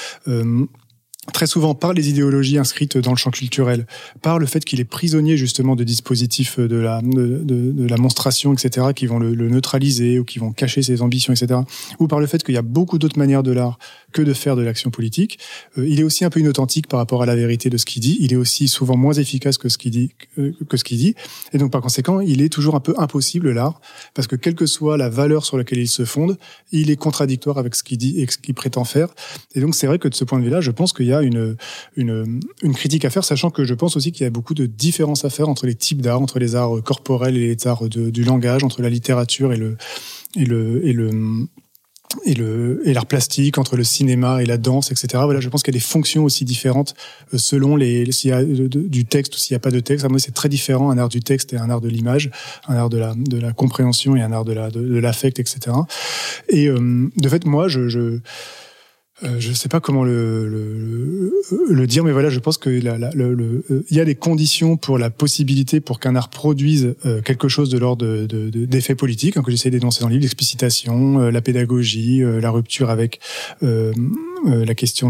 Très souvent par les idéologies inscrites dans le champ culturel, par le fait qu'il est prisonnier justement de dispositifs de la monstration, etc., qui vont le neutraliser ou qui vont cacher ses ambitions, etc., ou par le fait qu'il y a beaucoup d'autres manières de l'art que de faire de l'action politique. Il est aussi un peu inauthentique par rapport à la vérité de ce qu'il dit. Il est aussi souvent moins efficace que ce qu'il dit, et donc par conséquent, il est toujours un peu impossible l'art, parce que quelle que soit la valeur sur laquelle il se fonde, il est contradictoire avec ce qu'il dit et ce qu'il prétend faire. Et donc c'est vrai que de ce point de vue-là, je pense qu'il y a une critique à faire, sachant que je pense aussi qu'il y a beaucoup de différences à faire entre les types d'art, entre les arts corporels et les arts du langage, entre la littérature et et l'art plastique, entre le cinéma et la danse, etc. Voilà, je pense qu'il y a des fonctions aussi différentes selon s'il y a du texte ou s'il n'y a pas de texte. À moi, c'est très différent, un art du texte et un art de l'image, un art de la compréhension et un art de l'affect, etc. Et de fait, moi, je sais pas comment le dire, mais voilà, je pense que il y a des conditions pour la possibilité pour qu'un art produise quelque chose de l'ordre d'effets politiques, hein, que j'essaie d'énoncer dans le livre, l'explicitation, la pédagogie, la rupture avec la question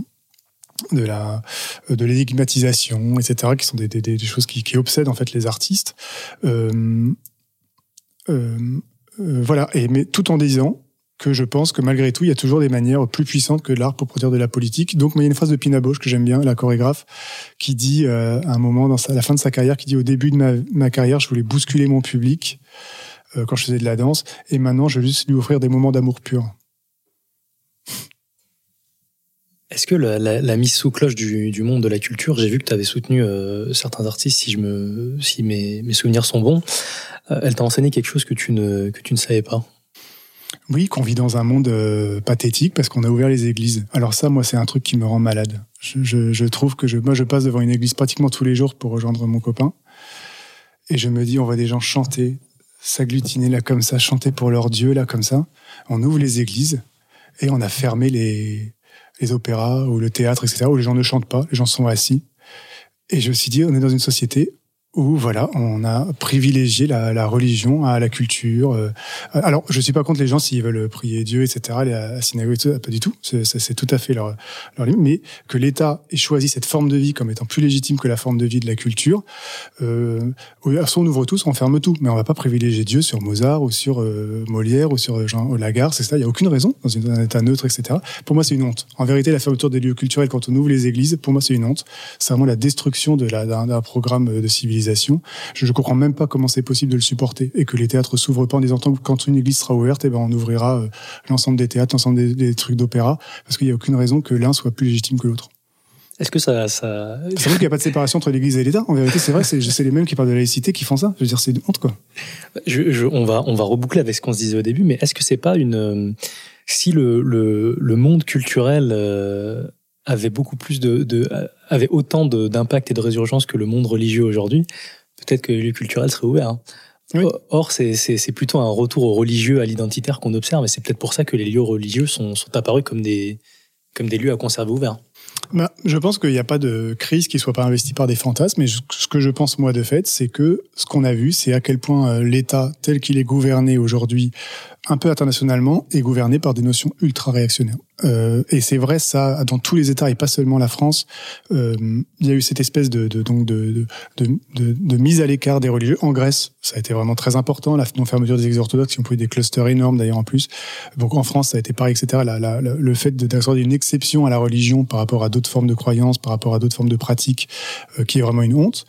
de l'énigmatisation, etc., qui sont des choses qui obsèdent en fait les artistes. Voilà, mais tout en disant que je pense que malgré tout, il y a toujours des manières plus puissantes que l'art pour produire de la politique. Donc, il y a une phrase de Pina Bausch que j'aime bien, la chorégraphe, qui dit à un moment, à la fin de sa carrière, qui dit: au début de ma carrière, je voulais bousculer mon public quand je faisais de la danse, et maintenant, je veux juste lui offrir des moments d'amour pur. Est-ce que la mise sous cloche du monde de la culture, j'ai vu que tu avais soutenu certains artistes, si mes souvenirs sont bons, elle t'a enseigné quelque chose que tu ne savais pas? Oui, qu'on vit dans un monde pathétique parce qu'on a ouvert les églises. Alors ça, moi, c'est un truc qui me rend malade. Je trouve que moi, je passe devant une église pratiquement tous les jours pour rejoindre mon copain. Et je me dis, on voit des gens chanter, s'agglutiner là comme ça, chanter pour leur Dieu là comme ça. On ouvre les églises et on a fermé les opéras ou le théâtre, etc., où les gens ne chantent pas, les gens sont assis. Et je me suis dit, on est dans une société où voilà, on a privilégié la religion à la culture. Alors, je suis pas contre les gens s'ils veulent prier Dieu, etc., aller à la synagogue, pas du tout. C'est tout à fait leur limite. Mais que l'État ait choisi cette forme de vie comme étant plus légitime que la forme de vie de la culture, soit on ouvre tout, soit on ferme tout. Mais on va pas privilégier Dieu sur Mozart ou sur Molière ou sur Jean Lagarce, etc. Il y a aucune raison dans un État neutre, etc. Pour moi, c'est une honte. En vérité, la fermeture des lieux culturels quand on ouvre les églises, pour moi, c'est une honte. C'est vraiment la destruction d'un programme de civilisation. Je comprends même pas comment c'est possible de le supporter et que les théâtres s'ouvrent pas en disant que quand une église sera ouverte, on ouvrira l'ensemble des théâtres, l'ensemble des trucs d'opéra, parce qu'il y a aucune raison que l'un soit plus légitime que l'autre. Est-ce que ça... C'est vrai qu'il n'y a pas de séparation entre l'église et l'État. En vérité, c'est vrai, c'est les mêmes qui parlent de la laïcité qui font ça. Je veux dire, c'est une honte, quoi. On va reboucler avec ce qu'on se disait au début, mais est-ce que c'est pas si le monde culturel avait beaucoup plus avait autant d'impact et de résurgence que le monde religieux aujourd'hui, peut-être que le culturel serait ouvert. Hein. Oui. Or, c'est plutôt un retour au religieux, à l'identitaire qu'on observe, et c'est peut-être pour ça que les lieux religieux sont apparus comme des lieux à conserver ouverts. Je pense qu'il n'y a pas de crise qui ne soit pas investie par des fantasmes, mais ce que je pense, moi, de fait, c'est que ce qu'on a vu, c'est à quel point l'État, tel qu'il est gouverné aujourd'hui, un peu internationalement, est gouverné par des notions ultra-réactionnaires. Et c'est vrai, ça, dans tous les États, et pas seulement la France, il y a eu cette espèce de mise à l'écart des religieux. En Grèce, ça a été vraiment très important, la non-fermeture des églises orthodoxes, qui ont pris des clusters énormes, d'ailleurs, en plus. Donc, en France, ça a été pareil, etc. Le fait d'accorder une exception à la religion par rapport à d'autres formes de croyances, par rapport à d'autres formes de pratiques, qui est vraiment une honte.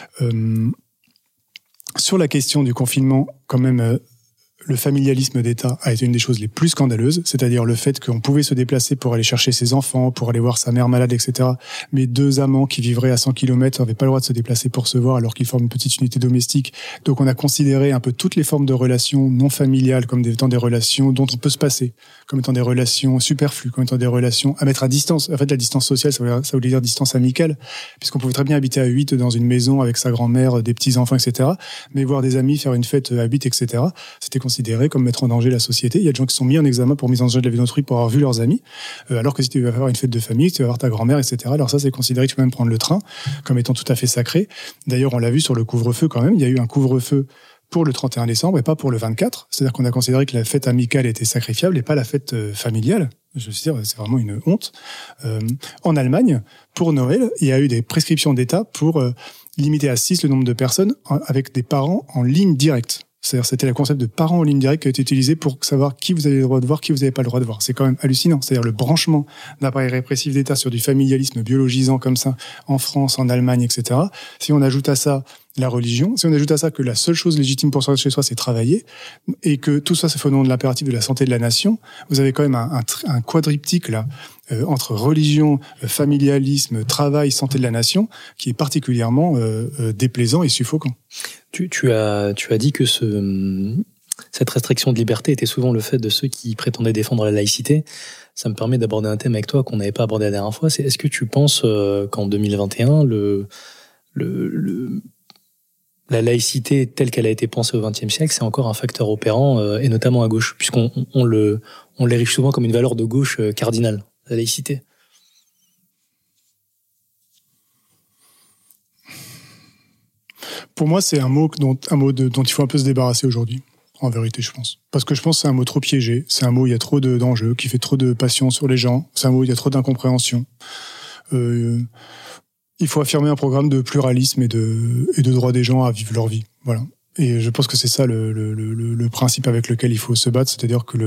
Sur la question du confinement, quand même, le familialisme d'État a été une des choses les plus scandaleuses, c'est-à-dire le fait qu'on pouvait se déplacer pour aller chercher ses enfants, pour aller voir sa mère malade, etc. Mais deux amants qui vivraient à 100 km n'avaient pas le droit de se déplacer pour se voir alors qu'ils forment une petite unité domestique. Donc on a considéré un peu toutes les formes de relations non familiales comme étant des relations dont on peut se passer, comme étant des relations superflues, comme étant des relations à mettre à distance. En fait, la distance sociale, ça voulait dire distance amicale, puisqu'on pouvait très bien habiter à 8 dans une maison avec sa grand-mère, des petits-enfants, etc. Mais voir des amis faire une fête à 8, etc., c'était considéré comme mettre en danger la société. Il y a des gens qui sont mis en examen pour mise en danger de la vie d'autrui pour avoir vu leurs amis, alors que si tu vas faire une fête de famille, tu vas voir ta grand-mère, etc. Alors ça, c'est considéré que tu peux même prendre le train comme étant tout à fait sacré. D'ailleurs, on l'a vu sur le couvre-feu quand même. Il y a eu un couvre-feu pour le 31 décembre et pas pour le 24. C'est-à-dire qu'on a considéré que la fête amicale était sacrifiable et pas la fête familiale. Je veux dire, c'est vraiment une honte. En Allemagne, pour Noël, il y a eu des prescriptions d'État pour limiter à 6 le nombre de personnes avec des parents en ligne directe. C'est-à-dire, c'était le concept de parents en ligne directe qui a été utilisé pour savoir qui vous avez le droit de voir, qui vous n'avez pas le droit de voir. C'est quand même hallucinant. C'est-à-dire le branchement d'appareils répressifs d'État sur du familialisme biologisant comme ça, en France, en Allemagne, etc. Si on ajoute à ça la religion, si on ajoute à ça que la seule chose légitime pour sortir de chez soi, c'est travailler, et que tout ça, c'est fait au nom de l'impératif de la santé de la nation, vous avez quand même un quadriptyque, là, entre religion, familialisme, travail, santé de la nation, qui est particulièrement déplaisant et suffocant. Tu as dit que cette restriction de liberté était souvent le fait de ceux qui prétendaient défendre la laïcité. Ça me permet d'aborder un thème avec toi qu'on n'avait pas abordé la dernière fois. Est-ce que tu penses qu'en 2021, la laïcité telle qu'elle a été pensée au XXe siècle, c'est encore un facteur opérant, et notamment à gauche, puisqu'on l'érige souvent comme une valeur de gauche cardinale, la laïcité. Pour moi, c'est un mot dont il faut un peu se débarrasser aujourd'hui, en vérité, je pense. Parce que je pense que c'est un mot trop piégé, c'est un mot où il y a trop d'enjeux, qui fait trop de passion sur les gens, c'est un mot où il y a trop d'incompréhension. Il faut affirmer un programme de pluralisme et de droit des gens à vivre leur vie. Voilà. Et je pense que c'est ça le principe avec lequel il faut se battre, c'est-à-dire que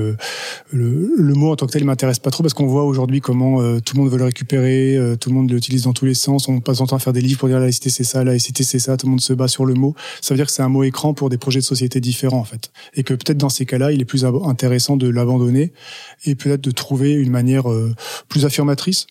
le mot en tant que tel il m'intéresse pas trop parce qu'on voit aujourd'hui comment tout le monde veut le récupérer, tout le monde l'utilise dans tous les sens, on passe son temps à faire des livres pour dire la laïcité c'est ça, la laïcité c'est ça, tout le monde se bat sur le mot. Ça veut dire que c'est un mot écran pour des projets de société différents en fait, et que peut-être dans ces cas-là il est plus intéressant de l'abandonner et peut-être de trouver une manière plus affirmatrice.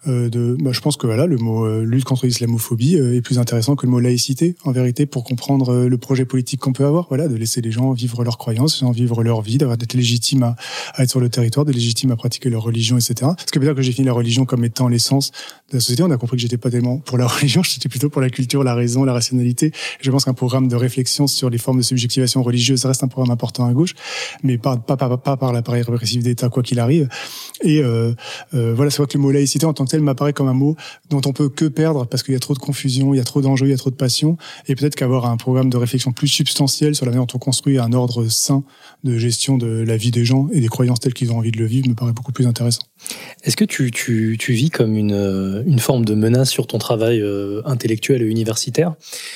Je pense que voilà, le mot lutte contre l'islamophobie est plus intéressant que le mot laïcité, en vérité, pour comprendre le projet politique qu'on peut avoir. Voilà, de laisser les gens vivre leurs croyances, vivre leur vie, d'être légitime à être sur le territoire, d'être légitime à pratiquer leur religion, etc. Parce que peut-être que j'ai fini la religion comme étant l'essence de la société. On a compris que j'étais pas tellement pour la religion, j'étais plutôt pour la culture, la raison, la rationalité. Et je pense qu'un programme de réflexion sur les formes de subjectivation religieuse reste un programme important à gauche, mais pas par l'appareil répressif d'État, quoi qu'il arrive. Et voilà, c'est vrai que le mot laïcité en tant que tel m'apparaît comme un mot dont on peut que perdre parce qu'il y a trop de confusion, il y a trop d'enjeux, il y a trop de passion, et peut-être qu'avoir un programme de réflexion plus substantiel sur la manière dont on construit un ordre sain de gestion de la vie des gens et des croyances telles qu'ils ont envie de le vivre me paraît beaucoup plus intéressant. Est-ce que tu vis comme une forme de menace sur ton travail intellectuel et universitaire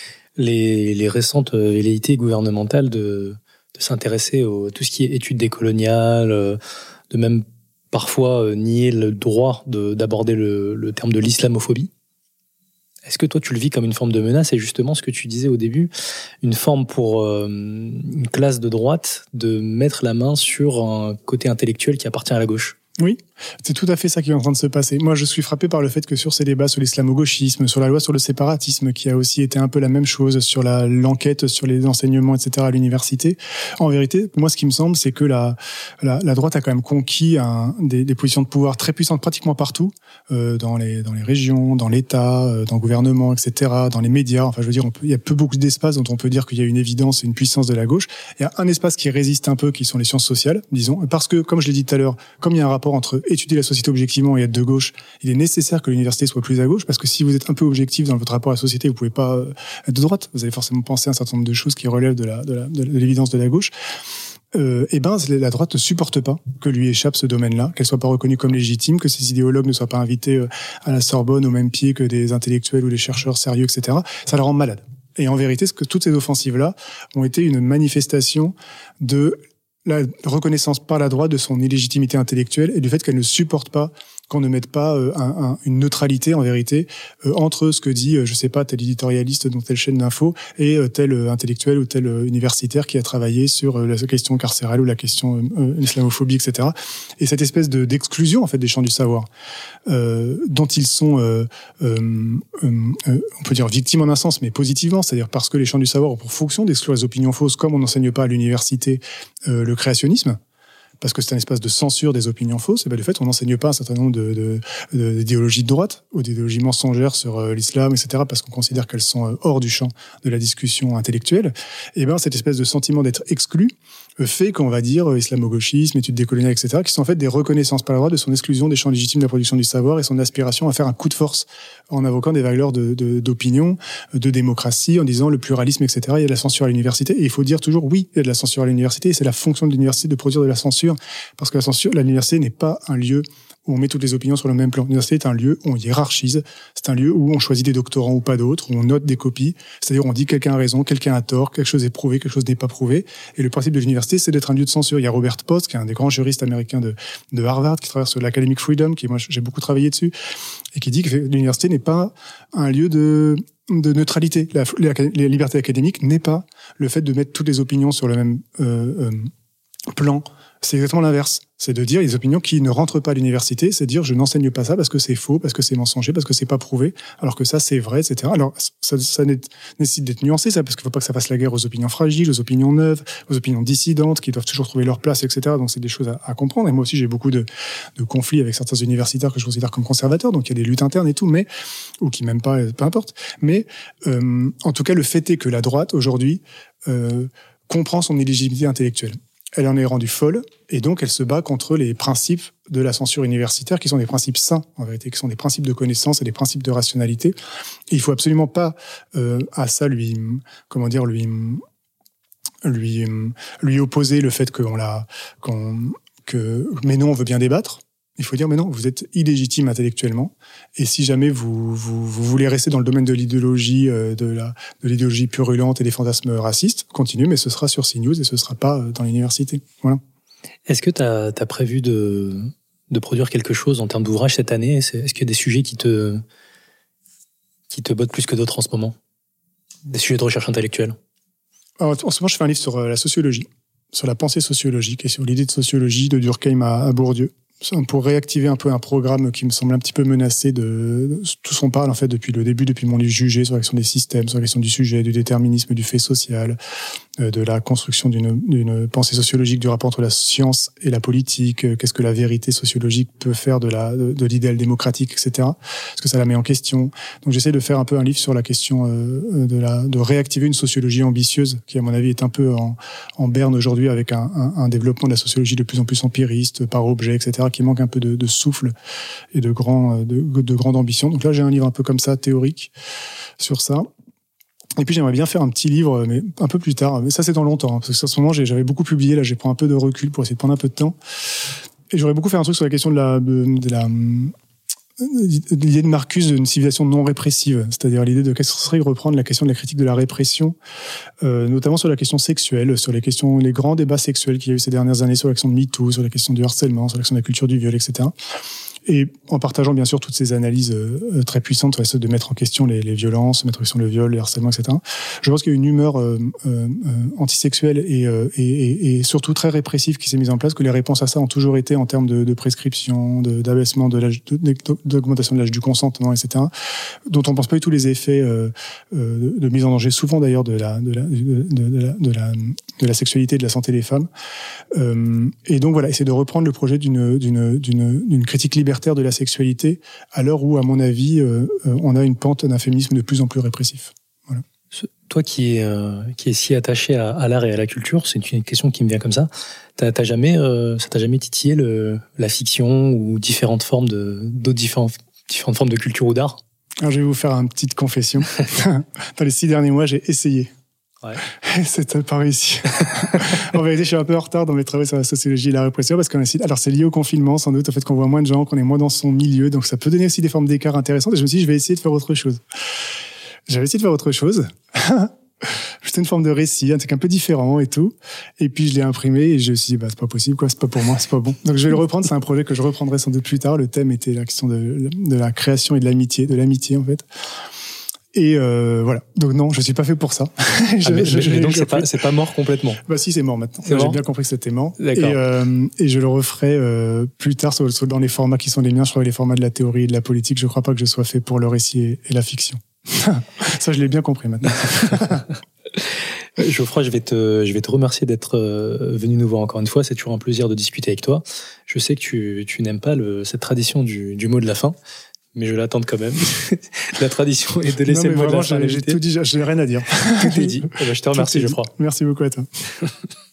les récentes velléités gouvernementales de s'intéresser à tout ce qui est études décoloniales, de même parfois nier le droit d'aborder le terme de l'islamophobie? Est-ce que toi tu le vis comme une forme de menace et justement ce que tu disais au début, une forme pour une classe de droite de mettre la main sur un côté intellectuel qui appartient à la gauche? Oui, c'est tout à fait ça qui est en train de se passer. Moi, je suis frappé par le fait que sur ces débats sur l'islamo-gauchisme, sur la loi sur le séparatisme, qui a aussi été un peu la même chose sur l'enquête sur les enseignements, etc. à l'université, en vérité, moi, ce qui me semble, c'est que la droite a quand même conquis des positions de pouvoir très puissantes pratiquement partout, dans les régions, dans l'État, dans le gouvernement, etc., dans les médias. Enfin, je veux dire, il y a beaucoup d'espaces dont on peut dire qu'il y a une évidence et une puissance de la gauche. Il y a un espace qui résiste un peu, qui sont les sciences sociales, disons, parce que, comme je l'ai dit tout à l'heure, comme il y a un rapport entre étudier la société objectivement et être de gauche, il est nécessaire que l'université soit plus à gauche, parce que si vous êtes un peu objectif dans votre rapport à la société, vous pouvez pas être de droite. Vous allez forcément penser à un certain nombre de choses qui relèvent de l'évidence de la gauche. La droite ne supporte pas que lui échappe ce domaine-là, qu'elle soit pas reconnue comme légitime, que ses idéologues ne soient pas invités à la Sorbonne au même pied que des intellectuels ou des chercheurs sérieux, etc. Ça la rend malade. Et en vérité, toutes ces offensives-là ont été une manifestation de la reconnaissance par la droite de son illégitimité intellectuelle et du fait qu'elle ne supporte pas qu'on ne mette pas une neutralité en vérité entre ce que dit, je sais pas, tel éditorialiste dans telle chaîne d'info et tel intellectuel ou tel universitaire qui a travaillé sur la question carcérale ou la question islamophobie, etc. Et cette espèce d'exclusion en fait des champs du savoir dont ils sont, on peut dire victimes en un sens, mais positivement, c'est-à-dire parce que les champs du savoir ont pour fonction d'exclure les opinions fausses, comme on n'enseigne pas à l'université le créationnisme, parce que c'est un espace de censure des opinions fausses, et bien de fait, on n'enseigne pas un certain nombre d'idéologies de droite ou d'idéologies mensongères sur l'islam, etc., parce qu'on considère qu'elles sont hors du champ de la discussion intellectuelle. Et bien, cette espèce de sentiment d'être exclu fait qu'on va dire islamo-gauchisme, études décoloniales, etc., qui sont en fait des reconnaissances par la droite de son exclusion des champs légitimes de la production du savoir et son aspiration à faire un coup de force en invoquant des valeurs d'opinion, de démocratie, en disant le pluralisme, etc. Il y a de la censure à l'université, et il faut dire toujours oui, il y a de la censure à l'université, et c'est la fonction de l'université de produire de la censure, parce que l'université n'est pas un lieu où on met toutes les opinions sur le même plan. L'université est un lieu où on hiérarchise, c'est un lieu où on choisit des doctorants ou pas d'autres, où on note des copies, c'est-à-dire on dit quelqu'un a raison, quelqu'un a tort, quelque chose est prouvé, quelque chose n'est pas prouvé. Et le principe de l'université, c'est d'être un lieu de censure. Il y a Robert Post, qui est un des grands juristes américains de Harvard, qui travaille sur l'academic freedom, moi j'ai beaucoup travaillé dessus, et qui dit que l'université n'est pas un lieu de neutralité. La liberté académique n'est pas le fait de mettre toutes les opinions sur le même plan. C'est exactement l'inverse. C'est de dire les opinions qui ne rentrent pas à l'université, c'est de dire je n'enseigne pas ça parce que c'est faux, parce que c'est mensonger, parce que c'est pas prouvé, alors que ça c'est vrai, etc. Alors ça nécessite d'être nuancé, ça, parce qu'il faut pas que ça fasse la guerre aux opinions fragiles, aux opinions neuves, aux opinions dissidentes, qui doivent toujours trouver leur place, etc. Donc c'est des choses à comprendre. Et moi aussi j'ai beaucoup de conflits avec certains universitaires que je considère comme conservateurs, donc il y a des luttes internes et tout, mais ou qui m'aiment pas, peu importe. Mais en tout cas le fait est que la droite aujourd'hui comprend son illégitimité intellectuelle. Elle en est rendue folle, et donc elle se bat contre les principes de la censure universitaire, qui sont des principes sains, en vérité, qui sont des principes de connaissance et des principes de rationalité. Et il faut absolument pas à ça lui opposer le fait mais non, on veut bien débattre. Il faut dire, mais non, vous êtes illégitime intellectuellement. Et si jamais vous voulez rester dans le domaine de l'idéologie, de l'idéologie purulente et des fantasmes racistes, continuez, mais ce sera sur CNews et ce sera pas dans l'université. Voilà. Est-ce que tu as prévu de produire quelque chose en termes d'ouvrage cette année? Est-ce qu'il y a des sujets qui te bottent plus que d'autres en ce moment? Des sujets de recherche intellectuelle? Alors, en ce moment, je fais un livre sur la sociologie, sur la pensée sociologique et sur l'idée de sociologie de Durkheim à Bourdieu, pour réactiver un peu un programme qui me semble un petit peu menacé de tout ce qu'on parle en fait depuis le début, depuis mon livre Jugé, sur la question des systèmes, sur la question du sujet, du déterminisme, du fait social, de la construction d'une pensée sociologique du rapport entre la science et la politique, qu'est-ce que la vérité sociologique peut faire de l'idéal démocratique, etc. Est-ce que ça la met en question? Donc j'essaie de faire un peu un livre sur la question de réactiver une sociologie ambitieuse qui, à mon avis, est un peu en berne aujourd'hui, avec un développement de la sociologie de plus en plus empiriste, par objet, etc., qui manque un peu de souffle et de grande ambition. Donc là, j'ai un livre un peu comme ça, théorique, sur ça. Et puis j'aimerais bien faire un petit livre, mais un peu plus tard. Mais ça, c'est dans longtemps, hein, parce que à ce moment, j'avais beaucoup publié. Là, j'ai pris un peu de recul pour essayer de prendre un peu de temps. Et j'aurais beaucoup fait un truc sur la question de l'idée de Marcuse d'une civilisation non répressive, c'est-à-dire l'idée de qu'est-ce que ce serait reprendre la question de la critique de la répression, notamment sur la question sexuelle, sur les grands débats sexuels qu'il y a eu ces dernières années, sur la question de MeToo, sur la question du harcèlement, sur la question de la culture du viol, etc. Et en partageant bien sûr toutes ces analyses très puissantes de mettre en question les violences, mettre en question le viol, le harcèlement, etc. Je pense qu'il y a une humeur antisexuelle et surtout très répressive qui s'est mise en place, que les réponses à ça ont toujours été en termes de prescription, d'abaissement de l'âge, d'augmentation de l'âge du consentement, etc., dont on pense pas du tout les effets de mise en danger, souvent d'ailleurs de la sexualité et de la santé des femmes. Et donc voilà, essayer de reprendre le projet d'une critique libertaire de la sexualité, à l'heure où, à mon avis, on a une pente d'un féminisme de plus en plus répressif. Voilà. Toi qui es si attaché à l'art et à la culture, c'est une question qui me vient comme ça. Ça t'a jamais titillé la fiction ou différentes formes de culture ou d'art? Alors, je vais vous faire une petite confession. Dans les 6 derniers mois, j'ai essayé. Ouais. C'était pas réussi. En vérité, je suis un peu en retard dans mes travaux sur la sociologie et la répression, parce alors c'est lié au confinement, sans doute, au fait qu'on voit moins de gens, qu'on est moins dans son milieu, donc ça peut donner aussi des formes d'écart intéressantes. Et je me suis dit, je vais essayer de faire autre chose. J'avais essayé de faire autre chose. C'était une forme de récit, un truc un peu différent et tout. Et puis je l'ai imprimé et je me suis dit, c'est pas possible, quoi, c'est pas pour moi, c'est pas bon. Donc je vais le reprendre, c'est un projet que je reprendrai sans doute plus tard. Le thème était la question de la création et de l'amitié en fait. Et voilà. Donc non, je suis pas fait pour ça. Donc c'est pas mort complètement. Bah si, c'est mort maintenant. J'ai bien compris que c'était mort. D'accord. Et je le referai plus tard dans les formats qui sont les miens. Je ferai les formats de la théorie et de la politique. Je crois pas que je sois fait pour le récit et la fiction. Ça, je l'ai bien compris maintenant. Geoffroy, je vais te remercier d'être venu nous voir encore une fois. C'est toujours un plaisir de discuter avec toi. Je sais que tu n'aimes pas cette tradition du mot de la fin, mais je l'attends quand même. La tradition est de laisser le mot de la fin. J'ai tout dit, j'ai rien à dire. Tout est dit. Je te remercie, Geoffroy. Merci beaucoup à toi.